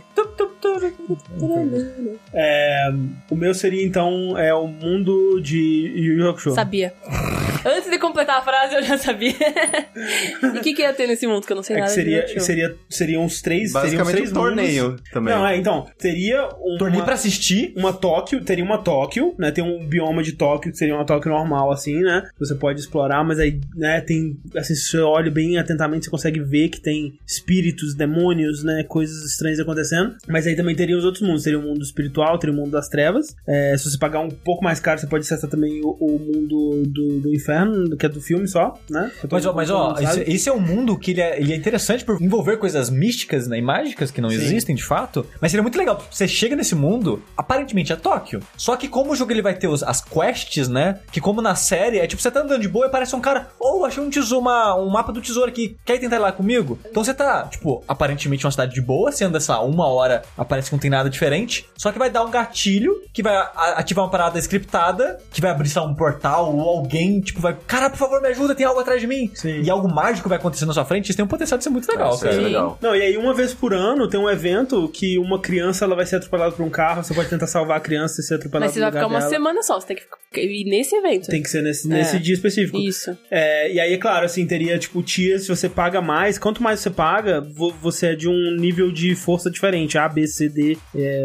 Speaker 2: O meu seria, então, o mundo de Yu Yu Hakusho.
Speaker 1: Sabia. Antes de completar a frase, eu já sabia. E o que ia ter nesse mundo que eu não sei nada de
Speaker 2: seriam uns três.
Speaker 4: Basicamente
Speaker 2: seriam uns
Speaker 4: um torneio
Speaker 2: mundos.
Speaker 4: também.
Speaker 2: Não, então, teria
Speaker 3: Torneio pra assistir.
Speaker 2: Teria uma Tóquio, né? Tem um bioma de Tóquio, que seria uma Tóquio normal, assim, né? Você pode explorar, mas aí, né, tem, assim, se você olha bem atentamente, você consegue ver que tem espíritos, demônios, né? Coisas estranhas acontecendo. Mas aí também teria os outros mundos. Teria o mundo espiritual, teria o mundo das trevas. Se você pagar um pouco mais caro, você pode acessar também o mundo do inferno, que é do filme só, né?
Speaker 3: Mas esse é um mundo que ele é interessante por envolver coisas místicas, né, e mágicas que não existem de fato, mas seria muito legal. Você chega nesse mundo, aparentemente é Tóquio, só que como o jogo ele vai ter as quests, né, que como na série, é tipo, você tá andando de boa e aparece um cara, achei um tesouro, um mapa do tesouro aqui, quer tentar ir lá comigo? Então você tá, tipo, aparentemente uma cidade de boa, você anda essa 1 hora, aparece que não tem nada diferente, só que vai dar um gatilho, que vai ativar uma parada scriptada, que vai abrir, um portal, ou alguém, tipo, vai, cara, por favor, me ajuda, tem algo atrás de mim.
Speaker 2: Sim.
Speaker 3: E algo mágico vai acontecer na sua frente, isso tem um potencial de ser muito legal, cara.
Speaker 4: Legal.
Speaker 2: Não, e aí uma vez por ano tem um evento que uma criança ela vai ser atropelada por um carro, você pode tentar salvar a criança e ser atropelada
Speaker 1: Mas você
Speaker 2: no
Speaker 1: vai
Speaker 2: lugar
Speaker 1: ficar uma
Speaker 2: dela.
Speaker 1: semana só, você tem que ir nesse evento.
Speaker 2: Tem que ser nesse dia específico.
Speaker 1: Isso.
Speaker 2: E aí, é claro, assim, teria, tipo, tiers, se você paga mais, quanto mais você paga, você é de um nível de força diferente, A, B, C, D,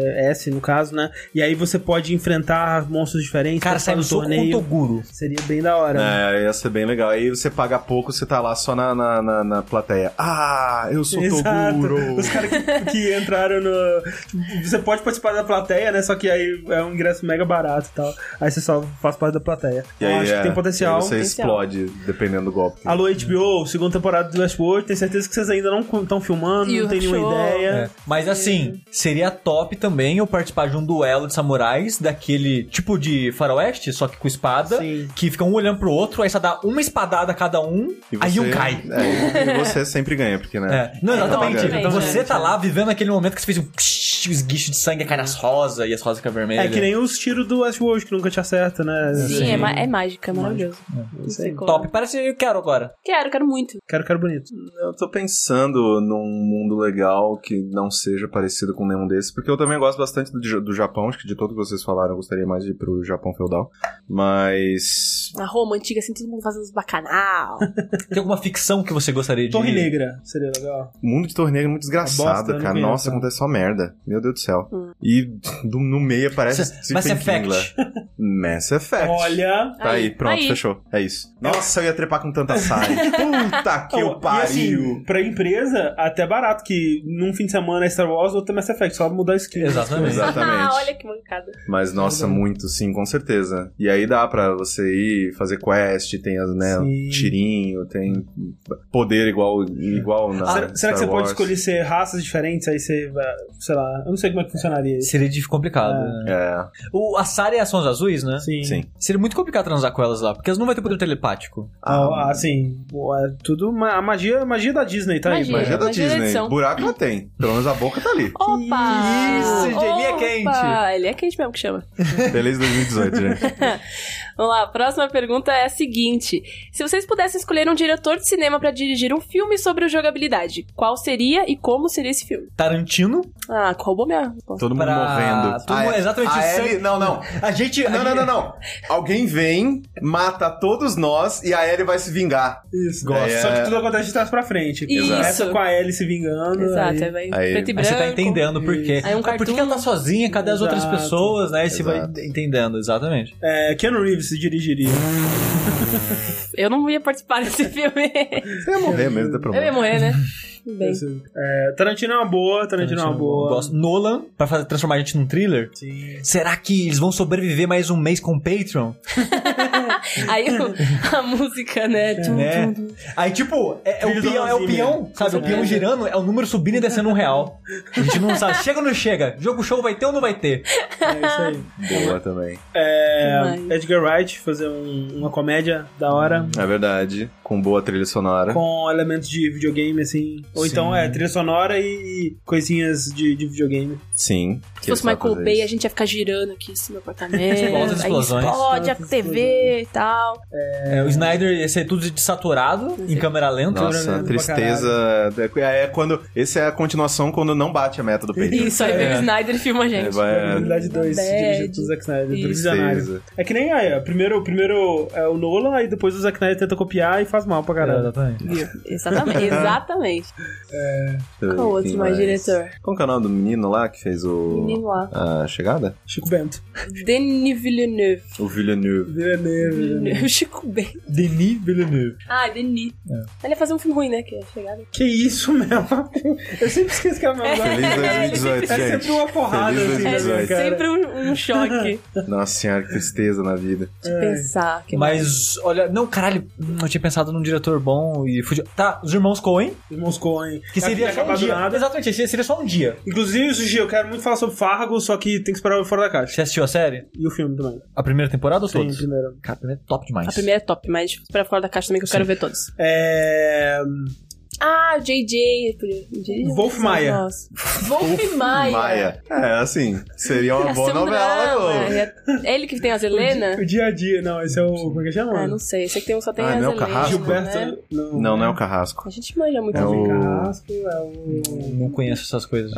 Speaker 2: S, no caso, né? E aí você pode enfrentar monstros diferentes.
Speaker 3: Cara, sai no torneio. Com Toguro.
Speaker 2: Seria bem da hora.
Speaker 4: Ia ser bem legal. Aí você paga pouco, você tá lá só na plateia. Eu sou Toguro.
Speaker 2: Os caras que entraram no... Tipo, você pode participar da plateia, né? Só que aí é um ingresso mega barato e tal. Aí você só faz parte da plateia.
Speaker 4: E aí,
Speaker 2: acho que tem potencial.
Speaker 4: E aí você explode, dependendo do golpe.
Speaker 2: Alô, HBO, segunda temporada do Westworld. Tenho certeza que vocês ainda não estão filmando, não tem nenhuma ideia.
Speaker 3: Mas assim, seria top também eu participar de um duelo de samurais, daquele tipo de faroeste, só que com espada,
Speaker 2: Sim.
Speaker 3: que fica um olhando pro outro, aí você dá uma espadada a cada um, aí um cai.
Speaker 4: E você sempre ganha, porque, né?
Speaker 3: Não, exatamente.
Speaker 1: Então,
Speaker 3: Você tá lá vivendo aquele momento que você fez um esguicho de sangue, cai nas rosas, e as rosas ficam vermelhas.
Speaker 2: É que nem os tiros do Westworld, que nunca te acerta, né?
Speaker 1: Sim, é mágica, é maravilhoso.
Speaker 3: Top, parece que eu quero agora.
Speaker 1: Quero muito.
Speaker 2: Quero bonito.
Speaker 4: Eu tô pensando num mundo legal que não seja parecido com nenhum desses, porque eu também gosto bastante do Japão, acho que de tudo que vocês falaram, eu gostaria mais de ir pro Japão feudal, mas...
Speaker 1: Na Roma antiga, assim, todo mundo fazendo os bacanal.
Speaker 3: Tem alguma ficção que você gostaria de...
Speaker 2: Torre Negra seria legal.
Speaker 4: O mundo de Torre Negra é muito desgraçado,
Speaker 2: Bosta,
Speaker 4: cara.
Speaker 2: não
Speaker 4: Nossa,
Speaker 2: conheço.
Speaker 4: acontece só merda. Meu Deus do céu. E no meio aparece
Speaker 3: Mass
Speaker 4: Stephen
Speaker 3: Effect.
Speaker 4: King lá. Mass Effect.
Speaker 2: Olha...
Speaker 4: Tá aí, pronto, fechou. É isso. Nossa, eu ia trepar com tanta Sai. Puta que eu pariu.
Speaker 2: E assim, pra empresa, até barato, que num fim de semana é Star Wars, outro é Mass Effect, só mudar a skin.
Speaker 3: Exatamente.
Speaker 4: Exatamente.
Speaker 1: Olha que mancada.
Speaker 4: Mas, nossa, muito, sim, com certeza. E aí dá pra você ir fazer quest, tem as, né, tirinho, tem poder igual na
Speaker 2: Será que você
Speaker 4: Star
Speaker 2: pode
Speaker 4: Wars.
Speaker 2: escolher ser raças diferentes, aí você vai, sei lá, eu não sei como é que funcionaria isso.
Speaker 3: Seria complicado, né? A Sarah e as Sons Azuis, né?
Speaker 4: Sim.
Speaker 3: Seria muito complicado transar com elas lá, porque elas não vão ter poder telepático.
Speaker 2: Assim, é tudo a magia da Disney, tá aí.
Speaker 4: Magia da
Speaker 1: Magia da
Speaker 4: Disney.
Speaker 1: edição.
Speaker 4: Buraco ela tem. Pelo menos a boca tá ali.
Speaker 1: Opa!
Speaker 3: Isso, ele é quente.
Speaker 1: Ele é quente mesmo que chama.
Speaker 4: Feliz 2018, gente.
Speaker 1: Vamos lá, a próxima pergunta é a seguinte. Se vocês pudessem escolher um diretor de cinema pra dirigir um filme sobre jogabilidade, qual seria e como seria esse filme?
Speaker 3: Tarantino.
Speaker 1: Roubou minha resposta.
Speaker 4: Todo mundo morrendo.
Speaker 3: Todo mundo, exatamente
Speaker 4: a
Speaker 3: isso.
Speaker 4: Ellie, não.
Speaker 3: A gente...
Speaker 4: Não. Alguém vem, mata todos nós e a Ellie vai se vingar.
Speaker 2: Isso.
Speaker 4: Gosto.
Speaker 2: Só que tudo acontece de trás pra frente.
Speaker 1: Isso.
Speaker 2: Começa com a Ellie se vingando.
Speaker 1: Exato,
Speaker 2: aí...
Speaker 1: vai preto e branco.
Speaker 3: Aí você tá entendendo por quê.
Speaker 1: Aí um
Speaker 3: Por que ela tá sozinha? Cadê as outras pessoas? Né? E você vai entendendo, exatamente.
Speaker 2: Keanu Reeves dirigiria.
Speaker 1: Eu não ia participar desse filme.
Speaker 4: Você ia morrer mesmo, não tem
Speaker 1: Eu ia
Speaker 4: problema.
Speaker 1: morrer, né? Bem.
Speaker 2: Tarantino é uma boa, Tarantino é uma boa.
Speaker 3: Gosto. Nolan, pra transformar a gente num thriller.
Speaker 2: Sim.
Speaker 3: Será que eles vão sobreviver mais um mês com o Patreon?
Speaker 1: Aí a música, né?
Speaker 3: Né? Aí, tipo, é o peão, sabe? O peão girando, é o número subindo e descendo R$1. A gente não sabe. Chega ou não chega? Jogo show vai ter ou não vai ter?
Speaker 2: É isso aí.
Speaker 4: Boa também.
Speaker 2: Edgar Wright fazer uma comédia da hora.
Speaker 4: É verdade. Com boa trilha sonora.
Speaker 2: Com elementos de videogame, assim. Ou
Speaker 3: Sim.
Speaker 2: então, trilha sonora e coisinhas de videogame.
Speaker 4: Sim.
Speaker 1: Se fosse Michael Bay, a gente ia ficar girando aqui assim no apartamento.
Speaker 3: Volta as explosões.
Speaker 1: Aí explode a TV e tal.
Speaker 3: O Snyder ia ser tudo desaturado, em câmera lenta.
Speaker 4: Nossa, a tristeza. Essa é a continuação quando não bate a meta do Patreon.
Speaker 1: Isso, aí vem o Snyder e filma a gente.
Speaker 2: Habilidade 2, dirigido pelo Zack Snyder, do Visionário. É que nem primeiro é o Nolan, aí depois o Zack Snyder tenta copiar e faz mal pra caralho.
Speaker 1: Exatamente. Qual outro mais diretor?
Speaker 4: Qual que é o nome do menino lá que fez o...
Speaker 1: Menino lá.
Speaker 4: A Chegada?
Speaker 2: Chico Bento.
Speaker 1: Denis Villeneuve.
Speaker 4: O Villeneuve.
Speaker 1: Chico Bento.
Speaker 3: Denis Villeneuve.
Speaker 1: Denis. Ele ia fazer um filme ruim, né? Que é a Chegada.
Speaker 2: Que isso, mesmo? Eu sempre esqueço que é a mesma
Speaker 4: Feliz 2018,
Speaker 2: É
Speaker 4: gente.
Speaker 2: sempre uma porrada,
Speaker 4: Feliz
Speaker 2: assim,
Speaker 4: 2018.
Speaker 2: cara.
Speaker 1: Sempre um choque
Speaker 4: Nossa senhora, que tristeza na vida.
Speaker 1: de pensar.
Speaker 3: Mas, olha, não, caralho, eu tinha pensado num diretor bom e fugiu. Tá, os irmãos Coen,
Speaker 2: Irmãos Coen.
Speaker 3: que seria só um dia.
Speaker 2: Nada.
Speaker 3: Exatamente, seria só um dia.
Speaker 2: Inclusive, Sushi, eu quero muito falar sobre Fargo, só que tem que esperar o Fora da Caixa.
Speaker 3: Você assistiu a série?
Speaker 2: E o filme também.
Speaker 3: A primeira temporada ou
Speaker 2: Sim,
Speaker 3: todos?
Speaker 2: primeiro.
Speaker 3: Cara, a primeira é top demais.
Speaker 1: A primeira é top, mas espera fora da caixa também que eu quero ver todos. O JJ.
Speaker 2: Wolf Maia.
Speaker 1: Nossa. Wolf Maia.
Speaker 4: Maia. Assim, seria uma
Speaker 1: Ia
Speaker 4: boa
Speaker 1: ser um
Speaker 4: novela da
Speaker 1: drama.
Speaker 4: Globo.
Speaker 1: É ele que tem as Helena?
Speaker 2: O dia a dia, não, esse é o. Como é que chama?
Speaker 1: Não sei. Esse aqui só tem as
Speaker 4: não é o
Speaker 1: Helena.
Speaker 4: Carrasco?
Speaker 2: Gilberto.
Speaker 1: Né?
Speaker 4: Não é o Carrasco.
Speaker 1: A gente manja muito
Speaker 4: É
Speaker 1: bem.
Speaker 4: o-
Speaker 2: Carrasco, é o.
Speaker 3: Não conheço essas coisas.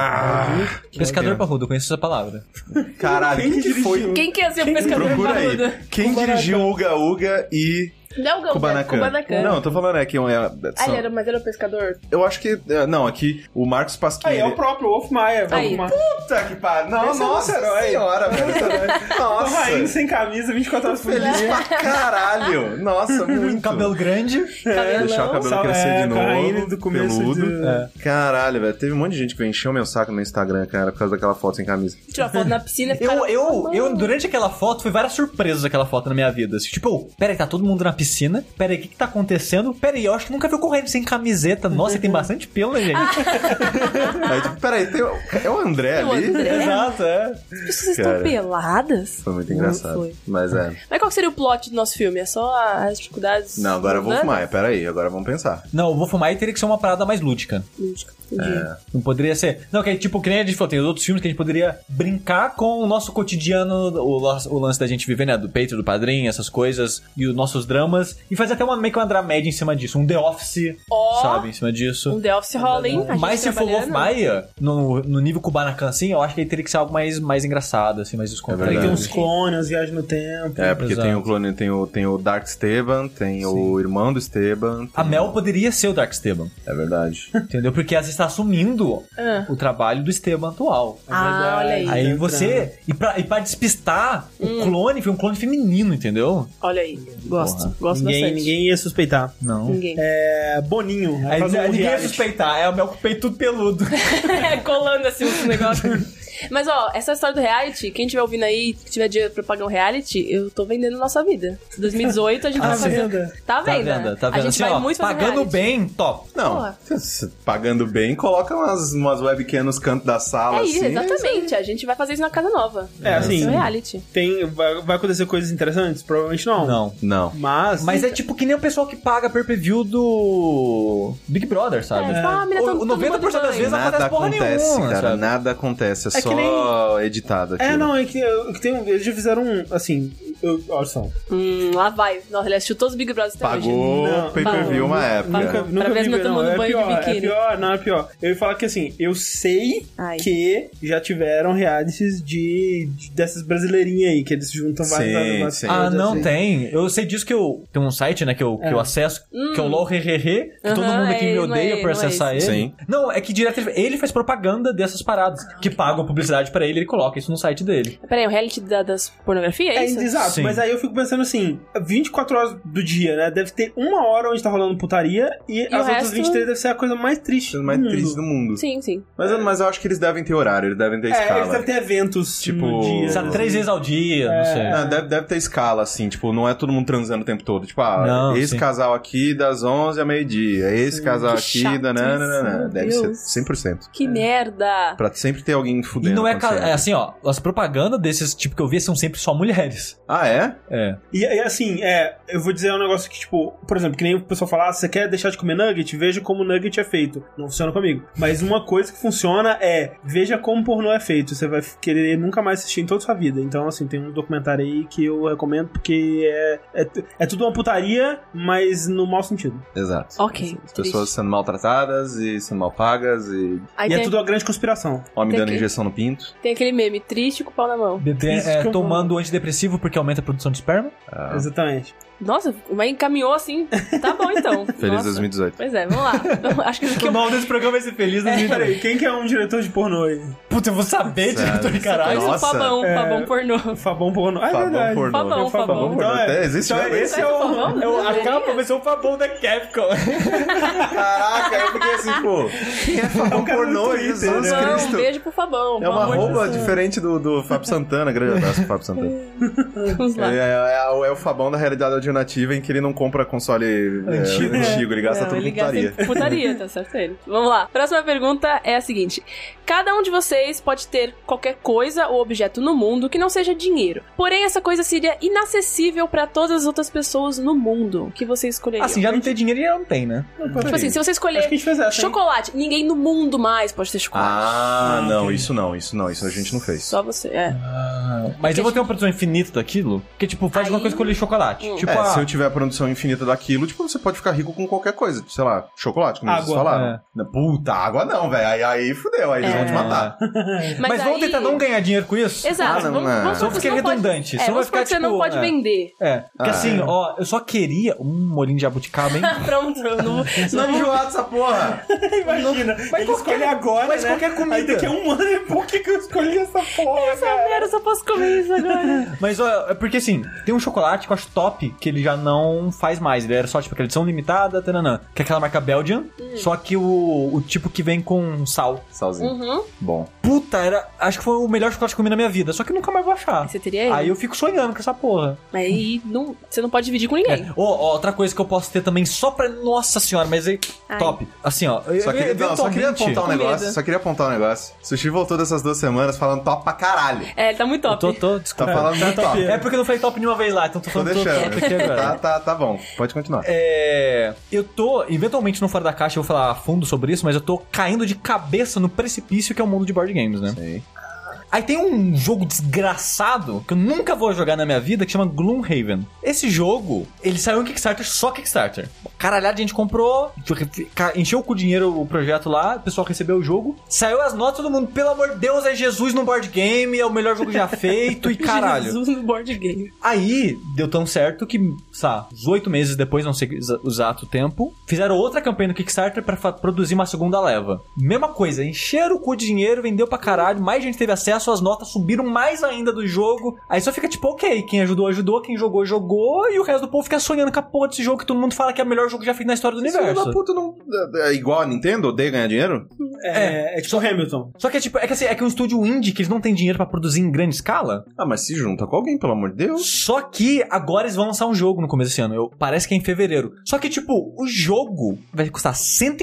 Speaker 4: Pescador
Speaker 3: parrudo, eu conheço essa palavra.
Speaker 4: Caralho, quem que foi?
Speaker 1: Quem que ia ser o pescador
Speaker 4: Procura aí.
Speaker 1: parrudo?
Speaker 4: Quem dirigiu Uga Uga e
Speaker 1: Não,
Speaker 4: Kubanacan?
Speaker 1: Kubanacan.
Speaker 4: Não, eu tô falando que
Speaker 1: Mas ele era o pescador?
Speaker 4: eu acho que... Não, aqui o Marcos Pasquini...
Speaker 2: Aí, é o próprio Wolf Maia.
Speaker 1: Aí.
Speaker 4: Puta que pariu. Não,
Speaker 2: Esse é o nosso
Speaker 4: nossa
Speaker 2: herói.
Speaker 4: senhora, velho.
Speaker 2: Tô
Speaker 4: Nossa.
Speaker 2: raindo sem camisa, 24 horas por
Speaker 4: Feliz
Speaker 2: dia.
Speaker 4: pra caralho. Nossa, muito.
Speaker 3: Cabelo grande.
Speaker 4: Deixar o cabelo crescer de
Speaker 2: com a rainha
Speaker 4: novo,
Speaker 2: do começo
Speaker 4: peludo.
Speaker 2: de-
Speaker 4: Caralho, velho. Teve um monte de gente que encheu meu saco no Instagram, cara, por causa daquela foto sem camisa.
Speaker 1: Tirou a foto na piscina e
Speaker 3: Eu, durante aquela foto, foi várias surpresas aquela foto na minha vida. Assim, tipo, peraí, tá todo mundo na piscina. Peraí, o que tá acontecendo? Peraí, eu acho que nunca viu correndo sem camiseta. Nossa, tem bastante pelo, né, gente?
Speaker 4: Aí, tipo, peraí, é o André
Speaker 1: O
Speaker 4: ali?
Speaker 1: André?
Speaker 3: Exato, é.
Speaker 1: As pessoas
Speaker 4: Cara.
Speaker 1: estão peladas?
Speaker 4: Foi muito engraçado.
Speaker 1: Foi.
Speaker 4: Mas
Speaker 1: Mas qual seria o plot do nosso filme? É só as dificuldades...
Speaker 4: Não, agora eu vou
Speaker 1: mundanas?
Speaker 4: fumar. Peraí, agora vamos pensar.
Speaker 3: Não, o Wolf Maia teria que ser uma parada mais lúdica.
Speaker 1: Lúdica, entendi.
Speaker 3: Não poderia ser... Não, que é tipo, que nem a gente falou, tem outros filmes que a gente poderia brincar com o nosso cotidiano, o lance da gente viver, né? Do Patreon, do Padrinho, essas coisas, e os nossos dramas, e fazer até meio que uma dramédia em cima disso. Um The Office, sabe? Em cima disso.
Speaker 1: Um The Office rola, hein? A gente
Speaker 3: Mas se for o Wolf
Speaker 1: trabalhando.
Speaker 3: Maia, no nível Kubanacan, assim, eu acho que ele teria que ser algo mais engraçado, assim, mais
Speaker 2: Aí
Speaker 3: descontraído.
Speaker 2: tem
Speaker 4: verdade.
Speaker 2: uns clones, viagem no tempo.
Speaker 4: Porque
Speaker 3: Exato.
Speaker 4: tem o clone, tem o Dark Esteban, tem o irmão do Esteban.
Speaker 3: A Mel poderia ser o Dark Esteban,
Speaker 4: É verdade.
Speaker 3: entendeu? Porque ela está assumindo o trabalho do Esteban atual.
Speaker 1: Olha aí.
Speaker 3: Aí você... E pra despistar, o clone foi um clone feminino, entendeu?
Speaker 1: Olha aí. Gosto.
Speaker 3: Porra.
Speaker 1: Gosto bastante.
Speaker 2: Ninguém ia suspeitar.
Speaker 3: Não.
Speaker 1: Ninguém.
Speaker 2: Boninho.
Speaker 3: Aí
Speaker 2: faz um
Speaker 3: ninguém ia
Speaker 2: reality.
Speaker 3: suspeitar, é o Mel com o peito tudo peludo.
Speaker 1: Colando assim os negócios. Mas, essa história do reality, quem estiver ouvindo aí, que tiver dinheiro pra pagar um reality, eu tô vendendo nossa vida. 2018 a gente vai fazer...
Speaker 2: venda.
Speaker 1: Tá vendo?
Speaker 3: Tá vendo?
Speaker 1: A gente
Speaker 3: Assim,
Speaker 1: vai
Speaker 3: ó,
Speaker 1: muito fazer
Speaker 3: pagando
Speaker 1: reality.
Speaker 3: bem, top.
Speaker 4: Não,
Speaker 1: Porra.
Speaker 4: pagando bem, coloca umas webcam nos cantos da sala,
Speaker 1: É isso,
Speaker 4: assim.
Speaker 1: exatamente. A gente vai fazer isso na casa nova.
Speaker 2: Assim,
Speaker 1: É um reality.
Speaker 2: vai acontecer coisas interessantes? Provavelmente não.
Speaker 3: Não.
Speaker 4: Não.
Speaker 2: Mas
Speaker 3: É tipo que nem o pessoal que paga per-per-view do Big Brother, sabe?
Speaker 1: Tipo, a mina tá
Speaker 3: O
Speaker 1: tomando
Speaker 3: 90% das
Speaker 1: banho.
Speaker 3: vezes não
Speaker 4: Nada
Speaker 3: acontece porra
Speaker 4: acontece,
Speaker 3: nenhuma,
Speaker 4: cara.
Speaker 3: sabe?
Speaker 4: Nada acontece. É
Speaker 2: que
Speaker 4: só
Speaker 2: nem-
Speaker 4: editado aqui.
Speaker 2: não, é que eles já fizeram assim. Olha só.
Speaker 1: Lá vai. Nossa, ele assistiu todos os Big Brothers até hoje.
Speaker 4: Pagou
Speaker 2: Não,
Speaker 4: pay-per-view uma época.
Speaker 1: Pagou. Pra ver se
Speaker 2: vi,
Speaker 1: não tá tomando
Speaker 2: é
Speaker 1: banho de
Speaker 2: pior,
Speaker 1: biquíni.
Speaker 2: É pior, não é pior. Eu ia falar que assim, eu sei
Speaker 1: Ai.
Speaker 2: que já tiveram realities dessas brasileirinhas aí, que eles juntam várias
Speaker 4: sim.
Speaker 3: Ah,
Speaker 2: coisas,
Speaker 3: não
Speaker 2: assim.
Speaker 3: tem. Eu sei disso que tem um site, né, que eu acesso, que é o LOL Hehehe, que todo mundo aqui me
Speaker 1: não
Speaker 3: odeia
Speaker 1: é-
Speaker 3: por
Speaker 1: não é
Speaker 3: acessar ele.
Speaker 1: esse.
Speaker 4: Sim.
Speaker 3: Não, é que direto ele faz propaganda dessas paradas, que pagam publicidade pra ele, ele coloca isso no site dele.
Speaker 1: Peraí, o reality das pornografia, é isso?
Speaker 2: Exato.
Speaker 3: Sim.
Speaker 2: Mas aí eu fico pensando assim, 24 horas do dia, né? Deve ter uma hora onde tá rolando putaria e as outras
Speaker 1: resto...
Speaker 2: 23 deve ser a coisa mais triste
Speaker 4: mais
Speaker 2: do mundo.
Speaker 4: triste do mundo.
Speaker 1: Sim, sim.
Speaker 4: Mas eu acho que eles devem ter horário, eles devem ter escala.
Speaker 2: Eles devem ter eventos
Speaker 4: Tipo,
Speaker 2: no dia.
Speaker 3: Sabe, 3 vezes ao dia, não sei.
Speaker 4: Não, deve ter escala, assim, tipo, não é todo mundo transando o tempo todo. Tipo,
Speaker 3: Não,
Speaker 4: esse
Speaker 3: sim.
Speaker 4: casal aqui das 11 ao meio-dia, esse casal
Speaker 1: Que
Speaker 4: aqui
Speaker 1: chato
Speaker 4: da...
Speaker 1: isso,
Speaker 4: Deve
Speaker 1: Deus.
Speaker 4: ser 100%.
Speaker 1: Que merda.
Speaker 4: Pra sempre ter alguém
Speaker 3: E
Speaker 4: fudendo.
Speaker 3: não é,
Speaker 4: acontecendo.
Speaker 3: é assim, ó, as propagandas desses tipo que eu vi são sempre só mulheres.
Speaker 4: Ah, é?
Speaker 3: É.
Speaker 2: E assim, eu vou dizer um negócio que, tipo, por exemplo, que nem o pessoal fala, você quer deixar de comer nugget? Veja como nugget é feito. Não funciona comigo. Mas uma coisa que funciona é, veja como pornô é feito. Você vai querer nunca mais assistir em toda a sua vida. Então, assim, tem um documentário aí que eu recomendo porque é tudo uma putaria, mas no mau sentido.
Speaker 4: Exato.
Speaker 1: Ok.
Speaker 4: As pessoas sendo maltratadas e sendo mal pagas e
Speaker 1: Aí
Speaker 2: E é
Speaker 1: tem,
Speaker 2: tudo uma grande conspiração.
Speaker 4: homem
Speaker 1: Tem
Speaker 4: dando
Speaker 1: que-
Speaker 4: injeção no pinto.
Speaker 1: tem aquele meme, triste com o pau na mão.
Speaker 3: Bebê
Speaker 2: Isso que eu
Speaker 3: tomando antidepressivo porque aumenta a produção de esperma.
Speaker 2: Exatamente.
Speaker 1: Nossa, mas encaminhou assim. Tá bom, então.
Speaker 4: Feliz
Speaker 1: Nossa.
Speaker 4: 2018.
Speaker 1: Pois é, vamos lá. Acho que isso aqui
Speaker 3: O nome desse programa vai ser Feliz 2020.
Speaker 2: Peraí, quem que é um diretor de pornô aí?
Speaker 3: Putz, eu vou saber,
Speaker 4: Sério?
Speaker 3: diretor de caralho.
Speaker 1: Conheço o
Speaker 4: Nossa.
Speaker 1: Fabão pornô.
Speaker 2: Fabão pornô. Ah, é
Speaker 4: Fabão
Speaker 2: verdade.
Speaker 4: pornô.
Speaker 1: Fabão,
Speaker 2: Fabão
Speaker 1: Fabão.
Speaker 2: pornô.
Speaker 4: Então, até existe
Speaker 2: então
Speaker 4: mesmo.
Speaker 2: esse é
Speaker 1: Conhece o Fabão?
Speaker 3: A capa vai ser o Fabão da Capcom.
Speaker 4: Caraca, eu fiquei assim, pô. Quem é Fabão
Speaker 2: cara
Speaker 4: pornô?
Speaker 2: no Twitter,
Speaker 4: Jesus
Speaker 2: né?
Speaker 1: Não, um
Speaker 4: Cristo.
Speaker 1: beijo pro Fabão.
Speaker 4: É
Speaker 1: pelo
Speaker 4: uma
Speaker 1: amor de
Speaker 4: roupa
Speaker 1: Deus.
Speaker 4: diferente do Fábio Santana. Grande abraço pro Fábio Santana.
Speaker 1: Vamos lá.
Speaker 4: É o Fabão da realidade alternativa em que ele não compra console antigo, ele gasta
Speaker 1: Não,
Speaker 4: tudo
Speaker 1: ele
Speaker 4: em
Speaker 1: gasta
Speaker 4: putaria.
Speaker 1: em putaria, tá certo ele. Vamos lá. Próxima pergunta é a seguinte. Cada um de vocês pode ter qualquer coisa ou objeto no mundo que não seja dinheiro. Porém, essa coisa seria inacessível pra todas as outras pessoas no mundo. O que você escolheria?
Speaker 3: Assim, já não tem dinheiro e já não tem, né?
Speaker 1: Tipo assim, se você escolher
Speaker 2: Acho que a gente fez essa, hein?
Speaker 1: chocolate, ninguém no mundo mais pode ter chocolate.
Speaker 4: Ah, não,
Speaker 2: ok.
Speaker 4: isso a gente não fez.
Speaker 1: Só você, é.
Speaker 3: Mas eu vou ter uma produção infinita daquilo? Porque, tipo, faz
Speaker 1: Aí-
Speaker 3: uma coisa escolher chocolate. Tipo,
Speaker 4: Se eu tiver a produção infinita daquilo, tipo, você pode ficar rico com qualquer coisa. Sei lá, chocolate, como vocês
Speaker 2: Água.
Speaker 4: falaram. Puta, água não, velho. Aí fudeu, aí eles vão te matar.
Speaker 3: Mas vamos
Speaker 1: aí-
Speaker 3: tentar não ganhar dinheiro com isso?
Speaker 1: Exato.
Speaker 4: Ah, não,
Speaker 1: vamos
Speaker 4: não.
Speaker 1: supor
Speaker 3: Só
Speaker 1: que
Speaker 3: fica
Speaker 1: você não pode-
Speaker 3: redundante.
Speaker 1: É,
Speaker 3: Senão vai
Speaker 1: vamos supor
Speaker 3: ficar,
Speaker 1: que você não
Speaker 3: tipo,
Speaker 1: pode vender.
Speaker 3: É, porque assim, ó, eu só queria um molinho de jabuticaba, hein?
Speaker 1: Pronto, eu não...
Speaker 4: Não enjoado essa porra.
Speaker 2: Imagina, ele escolhe agora,
Speaker 3: mas
Speaker 2: né?
Speaker 3: qualquer comida.
Speaker 2: Aí daqui a um ano, por que eu escolhi essa porra,
Speaker 1: Essa merda, eu só posso comer isso agora.
Speaker 3: Mas ó, é porque assim, tem um chocolate que eu acho top, que ele já não faz mais. Ele era só tipo aquela edição limitada, tananã, que é aquela marca Belgian, só que o tipo que vem com sal.
Speaker 4: Salzinho.
Speaker 1: Uhum.
Speaker 4: Bom.
Speaker 3: Puta, acho que foi o melhor chocolate que eu comi na minha vida, só que nunca mais vou achar.
Speaker 1: Você teria ele.
Speaker 3: Aí eu fico sonhando com essa porra.
Speaker 1: Aí você não pode dividir com ninguém.
Speaker 3: Ó, outra coisa que eu posso ter também só pra. Nossa senhora, mas aí.
Speaker 1: Ai.
Speaker 3: Top. Assim, ó.
Speaker 4: Só queria
Speaker 3: eventualmente-
Speaker 4: apontar um
Speaker 1: Comida.
Speaker 4: negócio. Só queria apontar um negócio. Sushi voltou dessas 2 semanas falando top pra caralho.
Speaker 1: É, ele tá muito
Speaker 3: Eu
Speaker 1: top.
Speaker 3: tô,
Speaker 4: Tá
Speaker 3: desculpa.
Speaker 4: falando muito top.
Speaker 3: É porque eu não falei top nenhuma vez lá, então tô
Speaker 4: Tô
Speaker 3: falando
Speaker 4: deixando.
Speaker 3: top aqui agora.
Speaker 4: Tá bom. Pode continuar.
Speaker 3: Eu tô, eventualmente no Fora da Caixa eu vou falar a fundo sobre isso, mas eu tô caindo de cabeça no precipício que é o mundo de board games, né?
Speaker 4: Sei.
Speaker 3: Aí tem um jogo desgraçado que eu nunca vou jogar na minha vida que chama Gloomhaven. Esse jogo, ele saiu em Kickstarter, só Kickstarter. Caralhada, a gente comprou, encheu com o dinheiro o projeto lá, o pessoal recebeu o jogo, saiu as notas, todo mundo, pelo amor de Deus, é Jesus no board game, é o melhor jogo já feito e caralho.
Speaker 1: Jesus no board game.
Speaker 3: Aí, deu tão certo que, sabe, uns 8 meses depois, não sei o exato tempo, fizeram outra campanha no Kickstarter pra produzir uma segunda leva. Mesma coisa, encheram o cu de dinheiro, vendeu pra caralho, mais gente teve acesso, as notas subiram mais ainda do jogo. Aí só fica tipo, ok, quem ajudou, ajudou, quem jogou, jogou, e o resto do povo fica sonhando com a porra desse jogo que todo mundo fala que é o melhor jogo já feito na história do
Speaker 4: Filho
Speaker 3: universo.
Speaker 4: da puta não. É igual a Nintendo? Odeia ganhar dinheiro?
Speaker 2: É tipo Hamilton.
Speaker 3: Só que é que um estúdio indie que eles não têm dinheiro pra produzir em grande escala.
Speaker 4: Ah, mas se junta com alguém, pelo amor de Deus.
Speaker 3: Só que agora eles vão lançar um jogo no começo desse ano. Parece que é em fevereiro. Só que, tipo, o jogo vai custar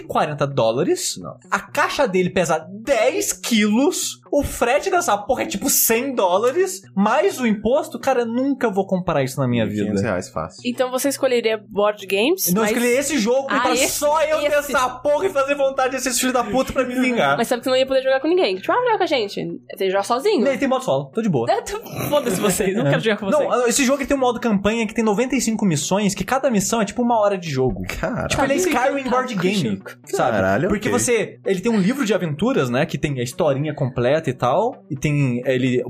Speaker 3: $140.
Speaker 4: Não.
Speaker 3: A caixa dele pesa 10 quilos. O frete dessa porra é tipo $100. Mais o imposto. Cara, eu nunca vou comparar isso na minha vida.
Speaker 4: R$500 fácil.
Speaker 1: Então você escolheria board games?
Speaker 3: Não,
Speaker 1: mas...
Speaker 3: eu escolhi esse jogo
Speaker 1: Ah,
Speaker 3: pra
Speaker 1: esse-
Speaker 3: só eu ter
Speaker 1: esse.
Speaker 3: essa porra e fazer vontade desses filhos da puta pra me vingar.
Speaker 1: Mas sabe que você não ia poder jogar com ninguém. Tipo, joga com a gente. Você joga sozinho.
Speaker 3: Ele tem modo solo, tô de boa.
Speaker 1: Foda-se vocês, não quero jogar com vocês.
Speaker 3: Não, esse jogo ele tem um modo campanha que tem 95 missões, que cada missão é tipo 1 hora de jogo.
Speaker 4: Cara.
Speaker 3: Tipo, ele é Skyrim board game, sabe?
Speaker 4: Caralho,
Speaker 3: Porque
Speaker 4: ok.
Speaker 3: ele tem um livro de aventuras, né, que tem a historinha completa completa e tal. E tem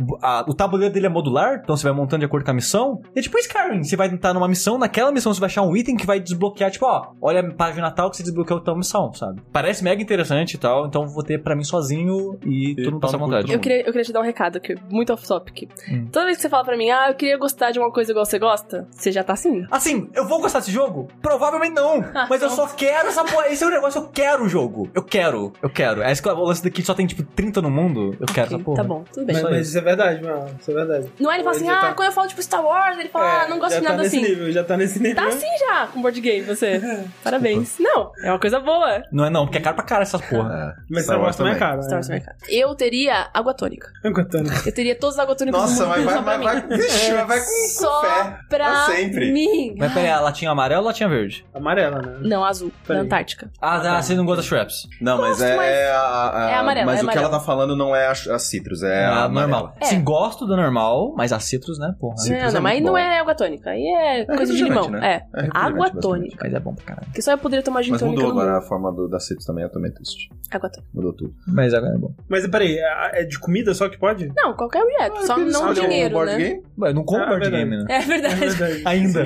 Speaker 3: o tabuleiro dele é modular, então você vai montando de acordo com a missão. E é tipo Skyrim, você vai estar numa missão, naquela missão você vai achar um item que vai desbloquear, tipo, ó, olha a página tal que você desbloqueou tal missão, sabe? Parece mega interessante e tal, então vou ter pra mim sozinho e todo mundo passa à vontade.
Speaker 1: Eu queria te dar um recado aqui, muito off-topic. Toda vez que você fala pra mim, eu queria gostar de uma coisa igual você gosta, você já tá assim.
Speaker 3: Assim, eu vou gostar desse jogo? Provavelmente não. Mas eu só quero essa porra. Esse é o negócio, eu quero o jogo. Eu quero. É esse que o lance daqui só tem, tipo, 30 no mundo. Eu quero essa porra.
Speaker 1: Tá bom, tudo bem.
Speaker 2: Mas isso é verdade, mano. Isso é verdade.
Speaker 1: Não é ele fala assim, quando eu falo, tipo, Star Wars, ele fala, não gosto de nada assim.
Speaker 2: Já tá nesse nível.
Speaker 1: Tá assim já, com board game, você. Parabéns. Não, é uma coisa boa.
Speaker 3: Não é não, porque é caro pra cara essas porra.
Speaker 2: Mas Star Wars também é caro.
Speaker 1: Star Wars também é caro. Eu teria água tônica. Eu teria todos os água tônicos do mundo.
Speaker 4: Nossa, vai com
Speaker 1: só
Speaker 4: fé.
Speaker 1: pra
Speaker 4: sempre.
Speaker 1: mim.
Speaker 3: Mas peraí, a latinha amarela ou latinha verde?
Speaker 2: Amarela, né?
Speaker 1: Não, azul, da Antártica.
Speaker 3: Você não gosta da Shreps?
Speaker 4: Não, mas é
Speaker 1: amarela.
Speaker 4: Mas
Speaker 1: é
Speaker 4: o que ela tá falando não é a Citrus, é a
Speaker 3: normal.
Speaker 1: É.
Speaker 3: Sim, gosto da normal, mas a Citrus, né, porra.
Speaker 1: Não, mas aí não é água tônica. Aí é coisa de limão.
Speaker 4: Né?
Speaker 1: Água tônica.
Speaker 3: Mas é bom pra caralho.
Speaker 1: Que só eu poderia tomar gin
Speaker 4: mas
Speaker 1: tônica.
Speaker 4: mudou agora a forma da Citrus também, eu também triste.
Speaker 1: Água tônica.
Speaker 4: Mudou tudo.
Speaker 3: Mas agora é bom.
Speaker 2: Mas peraí, é de comida só que pode?
Speaker 1: Não, qualquer objeto. Só não dinheiro,
Speaker 4: board
Speaker 1: né?
Speaker 4: game?
Speaker 3: Eu não compro board
Speaker 2: verdade.
Speaker 3: game, né?
Speaker 1: É verdade.
Speaker 3: Ainda.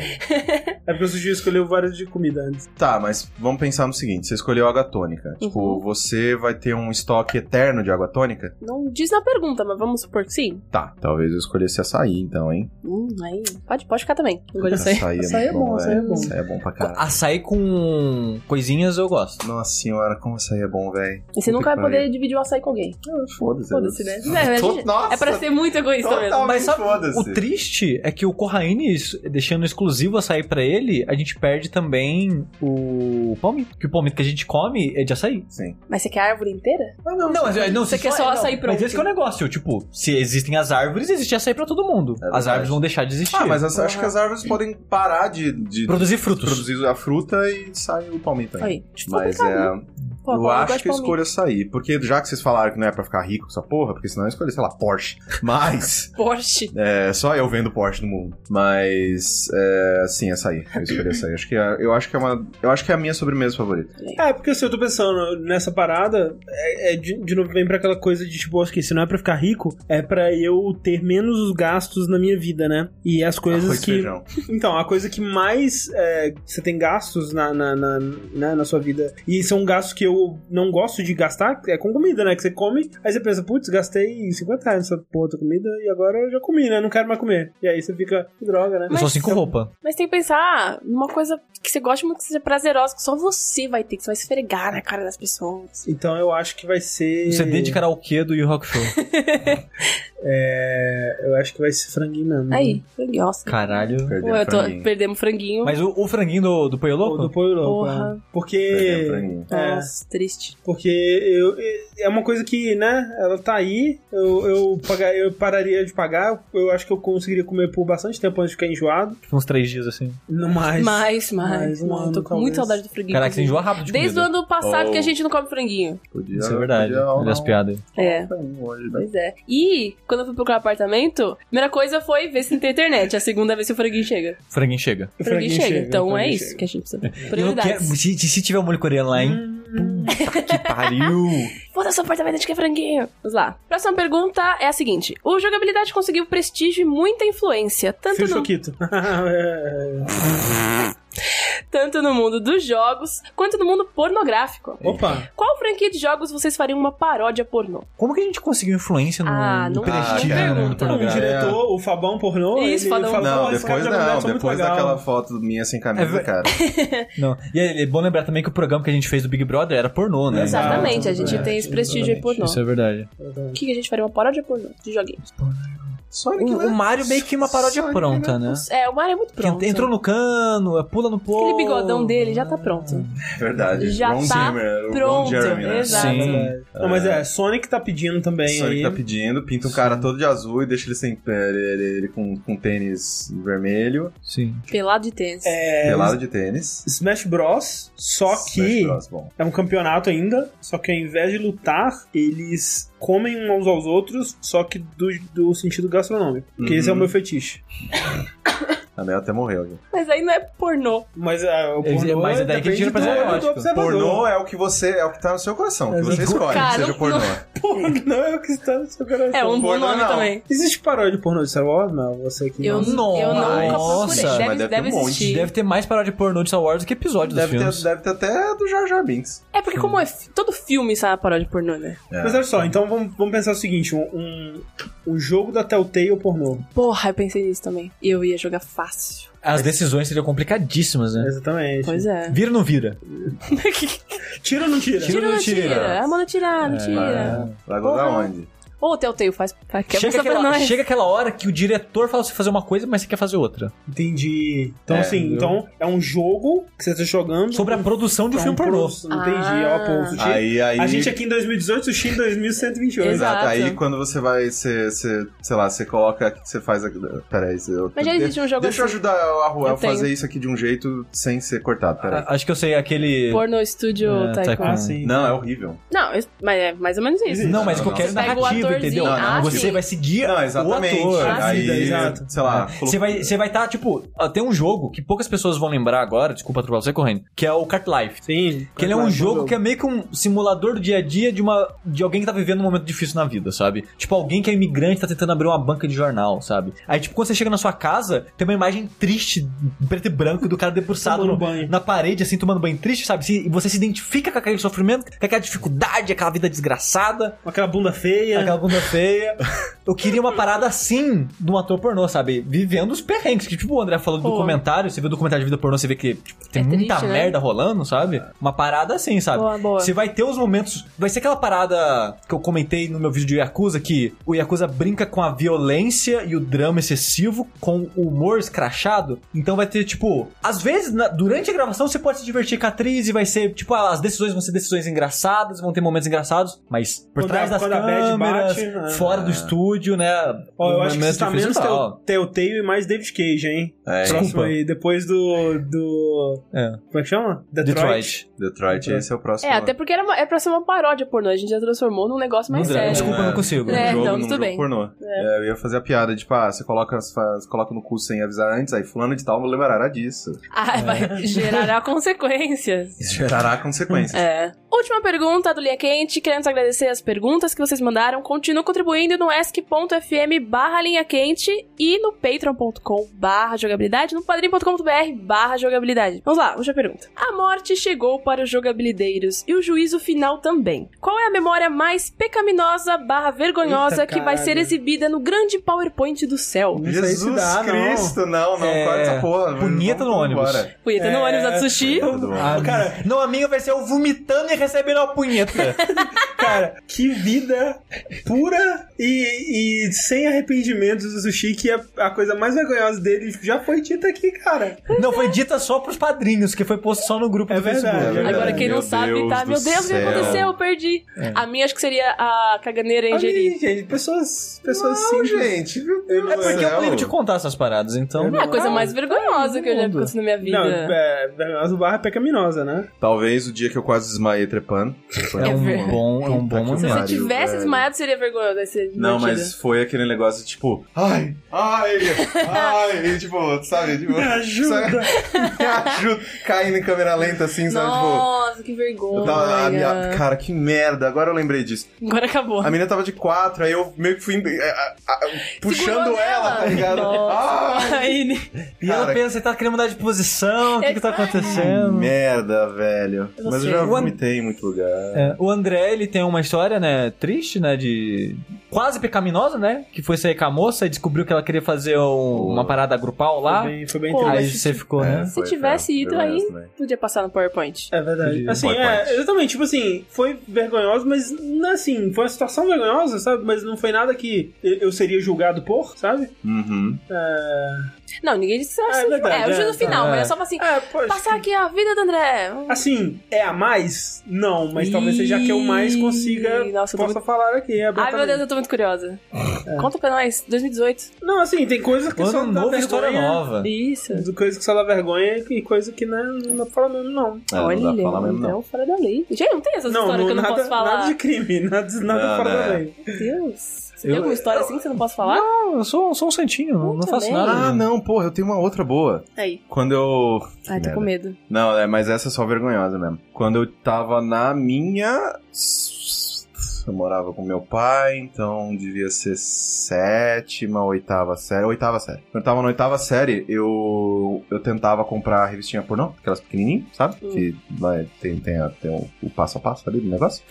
Speaker 2: É porque eu sugiro escolher vários de comida antes.
Speaker 4: Tá, mas vamos pensar no seguinte, você escolheu água tônica. Tipo, você vai ter um estoque eterno de água tônica?
Speaker 1: Não diz na pergunta, mas vamos supor que sim.
Speaker 4: Tá, talvez eu escolhesse açaí, então, hein?
Speaker 1: Aí pode ficar também. Não gosto disso aí.
Speaker 2: Açaí é bom, açaí é bom.
Speaker 4: Açaí é bom pra caralho.
Speaker 3: Açaí com coisinhas eu gosto.
Speaker 4: Nossa senhora, como açaí é bom, velho.
Speaker 1: E você nunca vai poder dividir o açaí com alguém.
Speaker 4: Foda-se.
Speaker 1: Foda-se, né?
Speaker 4: Nossa,
Speaker 1: é pra ser muito egoísta mesmo.
Speaker 3: Mas sabe,
Speaker 4: foda-se.
Speaker 3: o triste é que o Corraine, deixando exclusivo açaí pra ele, a gente perde também o palmito. Que o palmito que a gente come é de açaí.
Speaker 4: Sim.
Speaker 1: Mas você quer a árvore inteira?
Speaker 3: Não,
Speaker 1: Você quer só açaí pronto.
Speaker 3: Mas esse que é o negócio, tipo, se existem as árvores, existe açaí pra todo mundo. As árvores vão deixar de existir.
Speaker 4: Mas acho que as árvores podem parar de
Speaker 3: produzir frutos.
Speaker 4: Produzir a fruta e sai o palmito aí.
Speaker 1: Aí,
Speaker 4: Mas
Speaker 1: Pô,
Speaker 4: eu acho que eu escolho açaí. Porque já que vocês falaram que não é pra ficar rico com essa porra, porque senão eu escolhi, sei lá, Porsche. Mas...
Speaker 1: Porsche.
Speaker 4: Só eu vendo Porsche no mundo. Mas, sim, açaí. Eu escolhi açaí. Eu acho que é a minha sobremesa favorita.
Speaker 2: Porque assim, eu tô pensando nessa parada, de novo vem pra aquela coisa de tipo, acho que se não é pra ficar rico, é pra eu ter menos os gastos na minha vida, né? E as coisas
Speaker 4: Arroz, feijão.
Speaker 2: Então, a coisa que mais você tem gastos na sua vida, e são gastos que eu não gosto de gastar, é com comida, né? Que você come, aí você pensa, putz, gastei 50 reais nessa porra da comida e agora eu já comi, né? Não quero mais comer. E aí você fica, que droga, né?
Speaker 3: Eu só 5 roupa.
Speaker 1: Mas tem que pensar numa coisa que você gosta muito, que seja prazerosa, que só você vai ter, que você vai esfregar na cara das pessoas.
Speaker 2: Então eu acho que vai ser...
Speaker 3: O CD de karaokê do Yu Rock Show.
Speaker 2: Eu acho que vai ser franguinho mesmo.
Speaker 1: Aí, franguinhosa.
Speaker 3: Caralho.
Speaker 1: Perdemos franguinho.
Speaker 3: Mas o franguinho do Pollo Louco?
Speaker 2: Do Pollo Louco.
Speaker 1: Porra.
Speaker 2: Porque...
Speaker 1: Nossa, triste.
Speaker 2: Porque é uma coisa que, né, ela tá aí, eu pararia de pagar, eu acho que eu conseguiria comer por bastante tempo antes de ficar enjoado.
Speaker 3: Uns 3 dias, assim.
Speaker 2: Não mais.
Speaker 1: Mais.
Speaker 2: Um ano,
Speaker 1: tô com
Speaker 2: talvez.
Speaker 1: muita saudade do franguinho.
Speaker 3: Caraca, você enjoa rápido de
Speaker 1: Desde o
Speaker 3: comida.
Speaker 1: ano passado que a gente não come franguinho.
Speaker 3: Isso é verdade. Olha as piadas aí.
Speaker 1: Pois é. E, quando eu fui procurar apartamento, a primeira coisa foi ver se tem internet. A segunda vez se o franguinho chega.
Speaker 3: Franguinho chega.
Speaker 1: O franguinho chega. Então é isso que a gente precisa. Prioridades.
Speaker 3: Se tiver um molho coreano lá, hein? Puta que pariu!
Speaker 1: Foda-se o apartamento de que é franguinho. Vamos lá. Próxima pergunta é a seguinte. O jogabilidade conseguiu prestígio e muita influência. Tanto no mundo dos jogos, quanto no mundo pornográfico.
Speaker 2: Opa!
Speaker 1: Qual franquia de jogos vocês fariam uma paródia pornô?
Speaker 3: Como que a gente conseguiu influência no
Speaker 1: não
Speaker 3: prestígio
Speaker 1: é
Speaker 3: no mundo
Speaker 1: pergunta.
Speaker 2: O
Speaker 3: pornográfico?
Speaker 2: diretor, o Fabão pornô,
Speaker 1: Isso,
Speaker 2: ele
Speaker 1: Fabão.
Speaker 2: fala,
Speaker 4: Não,
Speaker 2: esse cara de jogabilidade são muito
Speaker 4: depois
Speaker 2: legal.
Speaker 4: daquela foto minha sem camisa, cara.
Speaker 3: Não. E é bom lembrar também que o programa que a gente fez do Big Brother era pornô, né?
Speaker 1: Exatamente, a gente tem esse prestígio aí pornô.
Speaker 3: Isso é verdade.
Speaker 1: O que a gente faria uma paródia pornô de joguinhos?
Speaker 4: Sonic,
Speaker 3: O Mario meio que uma paródia pronta, né?
Speaker 1: O Mario é muito pronto.
Speaker 3: Entrou no cano, pula no poço.
Speaker 1: Aquele bigodão dele já tá pronto.
Speaker 4: É verdade.
Speaker 1: Já
Speaker 4: Ron
Speaker 1: tá
Speaker 4: Zimmer, o
Speaker 1: pronto,
Speaker 4: Ron Jeremy, né?
Speaker 1: exato.
Speaker 3: Sim.
Speaker 2: Não, mas Sonic tá pedindo também
Speaker 4: Sonic
Speaker 2: aí.
Speaker 4: tá pedindo, pinta um cara todo de azul e deixa ele sem ele com tênis vermelho,
Speaker 3: Sim.
Speaker 1: Pelado de tênis.
Speaker 4: pelado de tênis.
Speaker 2: Smash Bros, só que
Speaker 4: Smash Bros, bom.
Speaker 2: é um campeonato ainda, só que ao invés de lutar, eles comem uns aos outros, só que do sentido gastronômico. Porque esse é o meu fetiche.
Speaker 4: A Mel até morreu. Já.
Speaker 1: Mas aí não é pornô.
Speaker 2: Mas o pornô
Speaker 3: Mas é daí que tira pra
Speaker 2: depende
Speaker 3: ser
Speaker 2: do
Speaker 3: erótico.
Speaker 2: observador.
Speaker 4: Pornô é o que é o que tá no seu coração, que você escolhe,
Speaker 1: Cara,
Speaker 4: que seja pornô.
Speaker 2: Pornô é o que está no seu coração.
Speaker 1: É um bom
Speaker 4: Pornô
Speaker 1: nome
Speaker 4: não.
Speaker 1: também.
Speaker 2: Existe paródia de pornô de Star Wars, Mel? Você que
Speaker 1: Eu nunca
Speaker 3: Nossa,
Speaker 1: procurei.
Speaker 4: mas
Speaker 1: Deve
Speaker 4: deve ter um monte.
Speaker 1: existir.
Speaker 3: Deve ter mais paródia de pornô de Star Wars do que episódio dos filmes.
Speaker 4: Deve ter até do Jar Jar Binks.
Speaker 1: É porque como todo filme sai a paródia de pornô, né?
Speaker 2: Mas olha só, então vamos pensar o seguinte, um jogo da Telltale pornô.
Speaker 1: Porra, eu pensei nisso também. Eu ia jogar fácil.
Speaker 3: As decisões seriam complicadíssimas, né?
Speaker 2: Exatamente.
Speaker 1: Pois é.
Speaker 3: Vira ou não vira?
Speaker 2: Tira ou não tira?
Speaker 3: Tira ou não tira?
Speaker 1: Ah, mano, tirar, não tira.
Speaker 4: Vai gostar
Speaker 1: Porra.
Speaker 4: onde?
Speaker 1: Ô, Telltale, faz
Speaker 3: Chega
Speaker 1: pra nós.
Speaker 3: aquela hora que o diretor fala pra você fazer uma coisa, mas você quer fazer outra.
Speaker 2: Entendi. Então,
Speaker 3: entendeu?
Speaker 2: então é um jogo que você tá jogando...
Speaker 3: Sobre a produção de um filme pornô.
Speaker 2: Entendi. Ó, pô, o Sushi...
Speaker 4: Aí...
Speaker 2: A gente aqui em 2018, Sushi em 2128.
Speaker 1: Exato.
Speaker 4: Aí quando você vai, sei lá, você coloca, o que você faz aqui? Peraí,
Speaker 1: Mas já existe um jogo
Speaker 4: deixa eu
Speaker 1: assim.
Speaker 4: ajudar a Ruel a
Speaker 1: Eu tenho.
Speaker 4: fazer isso aqui de um jeito sem ser cortado, peraí.
Speaker 3: Acho que eu sei, aquele...
Speaker 1: Porno Studio Tycoon.
Speaker 3: Tycoon.
Speaker 2: Ah, sim.
Speaker 4: Não, é horrível.
Speaker 1: Não, mas é mais ou menos isso.
Speaker 3: Não, mas o que eu
Speaker 4: Não,
Speaker 3: quero é
Speaker 1: você pega o
Speaker 3: narrativa,
Speaker 1: atorzinho.
Speaker 3: entendeu?
Speaker 1: Ah,
Speaker 3: Você
Speaker 1: sim.
Speaker 3: vai seguir
Speaker 4: Não, exatamente.
Speaker 3: o ator.
Speaker 4: Aí,
Speaker 2: exato.
Speaker 4: sei lá.
Speaker 3: Você vai estar, tipo... Tem um jogo que poucas pessoas vão lembrar agora, desculpa atropelar você correndo, que é o Kart Life.
Speaker 2: Sim.
Speaker 3: Que ele é um jogo que é meio que um simulador do dia a dia de alguém que tá vivendo um momento difícil na vida, sabe? Tipo, alguém que é imigrante tá tentando abrir uma banca de jornal, sabe? Aí, tipo, quando você chega na sua casa, tem uma imagem triste, em preto e branco, do cara debruçado
Speaker 2: Tomando banho.
Speaker 3: na parede, assim, tomando banho triste, sabe? E você se identifica com aquele sofrimento, com aquela dificuldade, aquela vida desgraçada,
Speaker 2: Com aquela bunda feia.
Speaker 3: aquela bunda feia. Eu queria uma parada assim de um ator pornô, sabe? Vivendo os perrengues. Que, tipo, o André falou do documentário, você vê o documentário de vida pornô, você vê que tipo, tem muita
Speaker 1: triste, né?
Speaker 3: merda rolando, sabe? Uma parada assim, sabe?
Speaker 1: Boa.
Speaker 3: Você vai ter os momentos... Vai ser aquela parada que eu comentei no meu vídeo de Yakuza, que o Yakuza brinca com a violência e o drama excessivo, com o humor escrachado. Então vai ter, tipo... Às vezes, durante a gravação, você pode se divertir com a atriz e vai ser, tipo, as decisões vão ser decisões engraçadas, vão ter momentos engraçados, mas por trás das
Speaker 2: quando a bad
Speaker 3: câmeras,
Speaker 2: bate,
Speaker 3: fora do estúdio, né?
Speaker 2: Ó, eu acho que
Speaker 3: momento
Speaker 2: você tá
Speaker 3: difícil
Speaker 2: menos
Speaker 3: e tal.
Speaker 2: Telltale e mais David Cage, hein? Próximo
Speaker 3: desculpa.
Speaker 2: aí, depois do...
Speaker 3: É.
Speaker 2: Como é que chama?
Speaker 3: Detroit.
Speaker 4: Detroit, esse é o próximo.
Speaker 1: É, até porque é pra ser uma paródia pornô. A gente já transformou num negócio mais
Speaker 3: No drama.
Speaker 1: sério.
Speaker 3: Desculpa, eu não consigo.
Speaker 1: É,
Speaker 4: jogo,
Speaker 1: não,
Speaker 4: num
Speaker 1: tudo
Speaker 4: jogo
Speaker 1: bem.
Speaker 4: pornô. Eu ia fazer a piada, tipo, você coloca no cu sem avisar antes, aí fulano de tal não lembrará disso.
Speaker 1: Vai gerará consequências.
Speaker 4: Isso gerará consequências.
Speaker 1: É. Última pergunta do Linha Quente. Queremos agradecer as perguntas que vocês mandaram. Continue contribuindo no ask.fm/linha quente e no patreon.com/jogabilidade, no padrim.com.br/jogabilidade. Vamos lá, última pergunta. A morte chegou para os jogabilideiros e o juízo final também. Qual é a memória mais pecaminosa/vergonhosa
Speaker 2: Eita,
Speaker 1: que vai ser
Speaker 2: caralho.
Speaker 1: exibida no grande PowerPoint do céu?
Speaker 2: Isso aí se
Speaker 4: Jesus
Speaker 2: dá, não.
Speaker 4: Cristo, não, corta essa porra.
Speaker 3: Punheta no ônibus.
Speaker 4: Embora.
Speaker 1: Punheta no ônibus da Sushi.
Speaker 2: Cara,
Speaker 3: Não, a minha vai ser eu vomitando e recebendo uma punheta.
Speaker 2: cara, que vida pura e sem arrependimentos do Sushi, que a coisa mais vergonhosa dele já foi dita aqui, cara.
Speaker 3: Não, foi dita só pros padrinhos, que foi posto só no grupo
Speaker 2: É
Speaker 3: do
Speaker 2: verdade,
Speaker 3: Facebook.
Speaker 2: é verdade.
Speaker 1: Agora, quem não
Speaker 4: Meu
Speaker 1: sabe,
Speaker 4: Deus
Speaker 1: tá?
Speaker 4: do
Speaker 1: Meu Deus, o que
Speaker 4: céu.
Speaker 1: aconteceu? Eu perdi. A minha acho que seria a caganeira
Speaker 2: Ali,
Speaker 1: ingerir.
Speaker 2: gente, pessoas
Speaker 4: Não,
Speaker 2: simples.
Speaker 4: gente, meu Deus
Speaker 3: É
Speaker 4: do
Speaker 3: porque eu
Speaker 4: céu.
Speaker 3: ligo de contar essas paradas, então...
Speaker 1: É a coisa mais vergonhosa que eu já
Speaker 3: mundo.
Speaker 1: aconteceu na minha vida.
Speaker 2: Não, vergonhosa barra pecaminosa, né?
Speaker 4: Talvez o dia que eu quase desmaiei trepando.
Speaker 3: É um
Speaker 1: ver-
Speaker 3: bom
Speaker 4: Puta que
Speaker 3: momento.
Speaker 1: Se você
Speaker 4: Mario,
Speaker 1: tivesse
Speaker 4: velho.
Speaker 1: desmaiado, seria vergonhoso. Deve ser
Speaker 4: Não,
Speaker 1: divertido.
Speaker 4: mas foi aquele negócio tipo, ai, e, tipo, sabe? Tipo,
Speaker 2: Me ajuda.
Speaker 4: sabe? Me ajuda. Caindo em câmera lenta assim, sabe? Tipo,
Speaker 1: Nossa, que
Speaker 4: eu
Speaker 1: vergonha.
Speaker 4: tava, cara, que merda, agora eu lembrei disso.
Speaker 1: Agora acabou.
Speaker 4: A menina tava de 4, aí eu meio que fui puxando
Speaker 1: Segurou
Speaker 4: ela,
Speaker 1: nela.
Speaker 4: tá ligado?
Speaker 1: Nossa,
Speaker 4: Ai,
Speaker 1: Aine.
Speaker 3: E ela
Speaker 4: Cara,
Speaker 3: pensa, você tá querendo mudar de posição, o que tá acontecendo?
Speaker 4: merda, velho.
Speaker 1: Eu não
Speaker 4: Mas eu
Speaker 1: sei.
Speaker 4: já vomitei em muito lugar.
Speaker 3: O André, ele tem uma história, né, triste, né, de... Quase pecaminosa, né, que foi sair com a moça e descobriu que ela queria fazer uma parada grupal lá.
Speaker 2: Foi bem
Speaker 1: Pô,
Speaker 2: triste.
Speaker 3: Aí
Speaker 1: mas
Speaker 3: você ficou, né?
Speaker 1: Se tivesse ido aí,
Speaker 4: vergonhoso também.
Speaker 1: podia passar no PowerPoint.
Speaker 2: É verdade. Assim,
Speaker 4: PowerPoint.
Speaker 2: exatamente. Tipo assim, foi vergonhoso, mas não é assim, foi uma situação vergonhosa, sabe? Mas não foi nada que eu seria julgado por, sabe?
Speaker 4: Uhum.
Speaker 1: Não, ninguém disse que
Speaker 2: É verdade,
Speaker 1: o juízo
Speaker 2: é,
Speaker 1: final,
Speaker 3: é.
Speaker 1: mas é só pra assim,
Speaker 2: Pode.
Speaker 1: passar aqui a vida do André.
Speaker 2: Assim, é a mais? Não, mas talvez seja a que eu mais consiga,
Speaker 1: Nossa, eu tô
Speaker 2: possa
Speaker 1: muito-
Speaker 2: falar aqui.
Speaker 1: Ai, meu
Speaker 2: abertamente.
Speaker 1: Deus, eu tô muito curiosa. Conta pra nós, 2018.
Speaker 2: Não, assim, tem coisas que só
Speaker 3: Ano
Speaker 2: dá
Speaker 3: novo,
Speaker 2: vergonha.
Speaker 3: história nova.
Speaker 1: Isso.
Speaker 2: Coisas que só dá vergonha e coisa que não fala mesmo, não.
Speaker 1: Olha,
Speaker 4: não dá pra falar mesmo, não.
Speaker 1: então fora da lei. Gente, não tem essas histórias que eu não
Speaker 2: nada,
Speaker 1: posso falar.
Speaker 2: nada de crime, nada
Speaker 4: Não,
Speaker 2: fora da
Speaker 4: né?
Speaker 2: lei.
Speaker 1: Meu Deus. Você tem alguma história assim que você não pode falar?
Speaker 3: Não, eu sou um santinho, não faço
Speaker 1: bem.
Speaker 3: nada.
Speaker 4: Ah, não, porra, eu tenho uma outra boa.
Speaker 1: Aí.
Speaker 4: Quando eu...
Speaker 1: Ai, tô com medo.
Speaker 4: Não, mas essa é só vergonhosa mesmo. Quando eu tava na minha... Eu morava com meu pai, então devia ser 7ª, 8ª série. 8ª série. Quando eu tava na 8ª série, eu tentava comprar a revistinha pornô, aquelas pequenininhas, sabe? Que tem o passo a passo ali do negócio.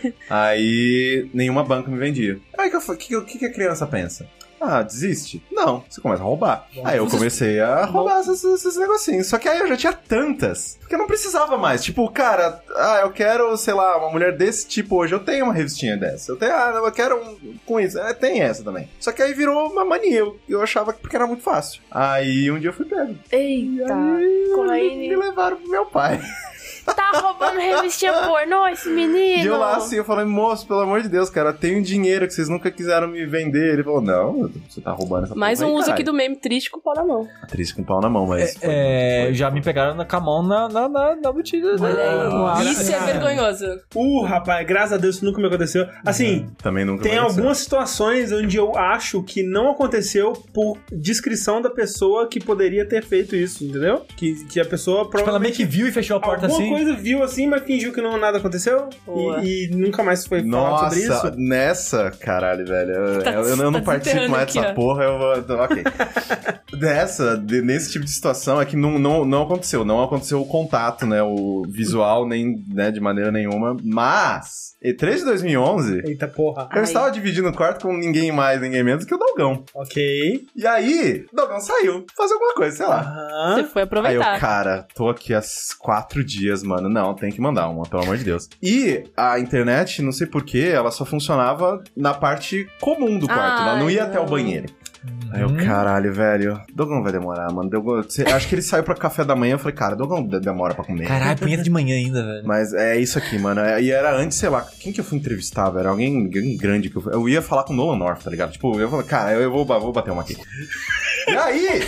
Speaker 4: Aí nenhuma banca me vendia. Aí o que a criança pensa? Ah, desiste? Não, você começa a roubar. Aí eu comecei a roubar esses negocinhos. Só que aí eu já tinha tantas, que eu não precisava mais. Tipo, cara, eu quero, sei lá, uma mulher desse tipo hoje. Eu tenho uma revistinha dessa. Eu quero com isso. Tem essa também. Só que aí virou uma mania. Eu achava que porque era muito fácil. Aí um dia eu fui pego.
Speaker 1: Eita,
Speaker 4: Me levaram pro meu pai.
Speaker 1: Tá roubando revistinha pornô esse menino?
Speaker 4: E eu lá assim, eu falei, moço, pelo amor de Deus, cara, eu tenho dinheiro que vocês nunca quiseram me vender. Ele falou, não, você tá roubando essa
Speaker 1: Mais
Speaker 4: porra
Speaker 1: um
Speaker 4: aí,
Speaker 1: uso
Speaker 4: caralho.
Speaker 1: aqui do meme triste com o pau na mão.
Speaker 4: Triste com o pau na mão, mas...
Speaker 3: Já me pegaram com a mão na batida.
Speaker 1: Olha aí. Isso é vergonhoso.
Speaker 2: Rapaz, graças a Deus isso nunca me aconteceu. Assim,
Speaker 4: Também nunca
Speaker 2: tem
Speaker 4: aconteceu.
Speaker 2: algumas situações onde eu acho que não aconteceu por descrição da pessoa que poderia ter feito isso, entendeu? Que a pessoa
Speaker 3: Tipo, ela meio
Speaker 2: provavelmente...
Speaker 3: que viu e fechou a porta
Speaker 2: Alguma
Speaker 3: assim.
Speaker 2: coisa viu assim, mas fingiu que nada aconteceu
Speaker 1: Boa.
Speaker 2: e nunca mais foi falado sobre
Speaker 4: Nossa,
Speaker 2: isso.
Speaker 4: nessa, caralho, velho. Eu não
Speaker 1: tá
Speaker 4: participo
Speaker 1: desenterrando
Speaker 4: mais
Speaker 1: aqui,
Speaker 4: dessa
Speaker 1: ó.
Speaker 4: porra, eu vou. Ok. Nesse tipo de situação é que não aconteceu. Não aconteceu o contato, né? O visual, nem, né, de maneira nenhuma. Mas, E3 de 2011,
Speaker 2: Eita porra.
Speaker 4: eu estava dividindo o quarto com ninguém mais, ninguém menos que o Dogão.
Speaker 2: Ok.
Speaker 4: E aí, o Dogão saiu fazer alguma coisa, sei lá.
Speaker 1: Você
Speaker 2: Aham.
Speaker 1: foi
Speaker 4: Aí
Speaker 1: aproveitar.
Speaker 4: eu, cara, tô aqui há 4 dias, mano. Não, tem que mandar uma, pelo amor de Deus. E a internet, não sei porquê, ela só funcionava na parte comum do quarto. Ela não ia até o banheiro. Aí eu, caralho, velho, Dogão vai demorar, mano. Acho que ele saiu pra café da manhã. Eu falei, cara, Dogão demora pra comer.
Speaker 3: Caralho, punheta de manhã ainda, velho.
Speaker 4: Mas é isso aqui, mano. E era antes, sei lá, quem que eu fui entrevistar, velho? Era alguém grande que eu ia falar com o Nolan North, tá ligado? Tipo, eu falei, cara, eu vou bater uma aqui. E aí...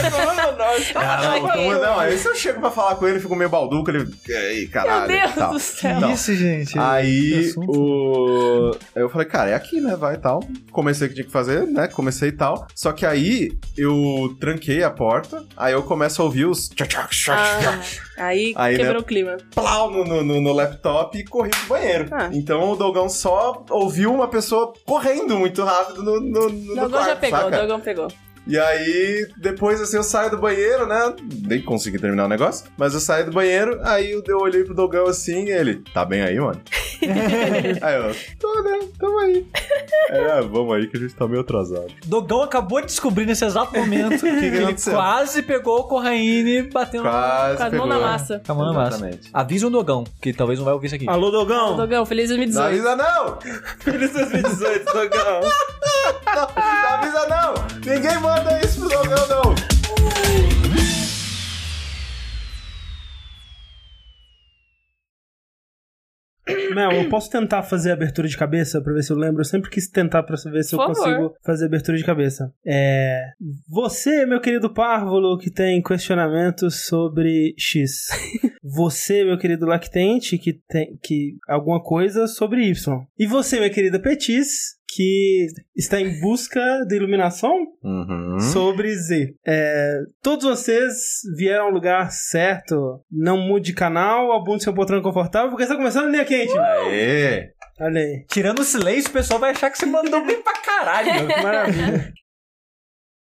Speaker 4: Não, aí se eu chego pra falar com ele, fico meio balduco, ele... Ei, caralho.
Speaker 1: Meu Deus
Speaker 4: tal.
Speaker 1: do céu.
Speaker 4: Não.
Speaker 3: Isso, gente.
Speaker 4: Aí, Aí eu falei, cara, é aqui, né? Vai e tal. Comecei o que tinha que fazer, né? Comecei e tal. Só que aí, eu tranquei a porta. Aí eu começo a ouvir os...
Speaker 1: Aí
Speaker 4: Aí,
Speaker 1: quebrou
Speaker 4: né?
Speaker 1: o clima.
Speaker 4: Plau no laptop e corri pro banheiro. Então o Dogão só ouviu uma pessoa correndo muito rápido no
Speaker 1: O Dogão
Speaker 4: quarto,
Speaker 1: já pegou,
Speaker 4: saca?
Speaker 1: o Dogão pegou.
Speaker 4: E aí, depois assim, eu saio do banheiro, né? Nem consegui terminar o negócio. Mas eu saí do banheiro, aí eu olhei pro Dogão assim e ele... Tá bem aí, mano? Aí eu... Tô, né? Tamo aí. Vamos aí que a gente tá meio atrasado.
Speaker 3: Dogão acabou de descobrir nesse exato momento que ele
Speaker 4: aconteceu?
Speaker 3: quase pegou o Corraine batendo
Speaker 4: Quase
Speaker 1: Com a
Speaker 4: pegou.
Speaker 1: mão na massa.
Speaker 3: com a mão na massa.
Speaker 4: Exatamente.
Speaker 3: Avisa o Dogão, que talvez não vai ouvir isso aqui.
Speaker 2: Alô, Dogão.
Speaker 1: Dogão, feliz
Speaker 4: Não
Speaker 1: 2018.
Speaker 4: avisa não!
Speaker 2: Feliz 2018, Dogão.
Speaker 4: Não avisa não! Ninguém manda isso pro Dogão, não!
Speaker 2: Mel, eu posso tentar fazer abertura de cabeça pra ver se eu lembro? Eu sempre quis tentar pra ver se eu
Speaker 1: Por favor.
Speaker 2: consigo fazer abertura de cabeça. Você, meu querido párvulo, que tem questionamentos sobre X. Você, meu querido lactente, que tem alguma coisa sobre Y. E você, minha querida Petis, que está em busca de iluminação
Speaker 4: Uhum.
Speaker 2: sobre Z. Todos vocês vieram ao lugar certo. Não mude de canal, abunde seu poltrona confortável, porque está começando a linha quente.
Speaker 4: Aê!
Speaker 2: Olha aí.
Speaker 3: Tirando o silêncio, o pessoal vai achar que você mandou bem pra caralho.
Speaker 2: Que maravilha.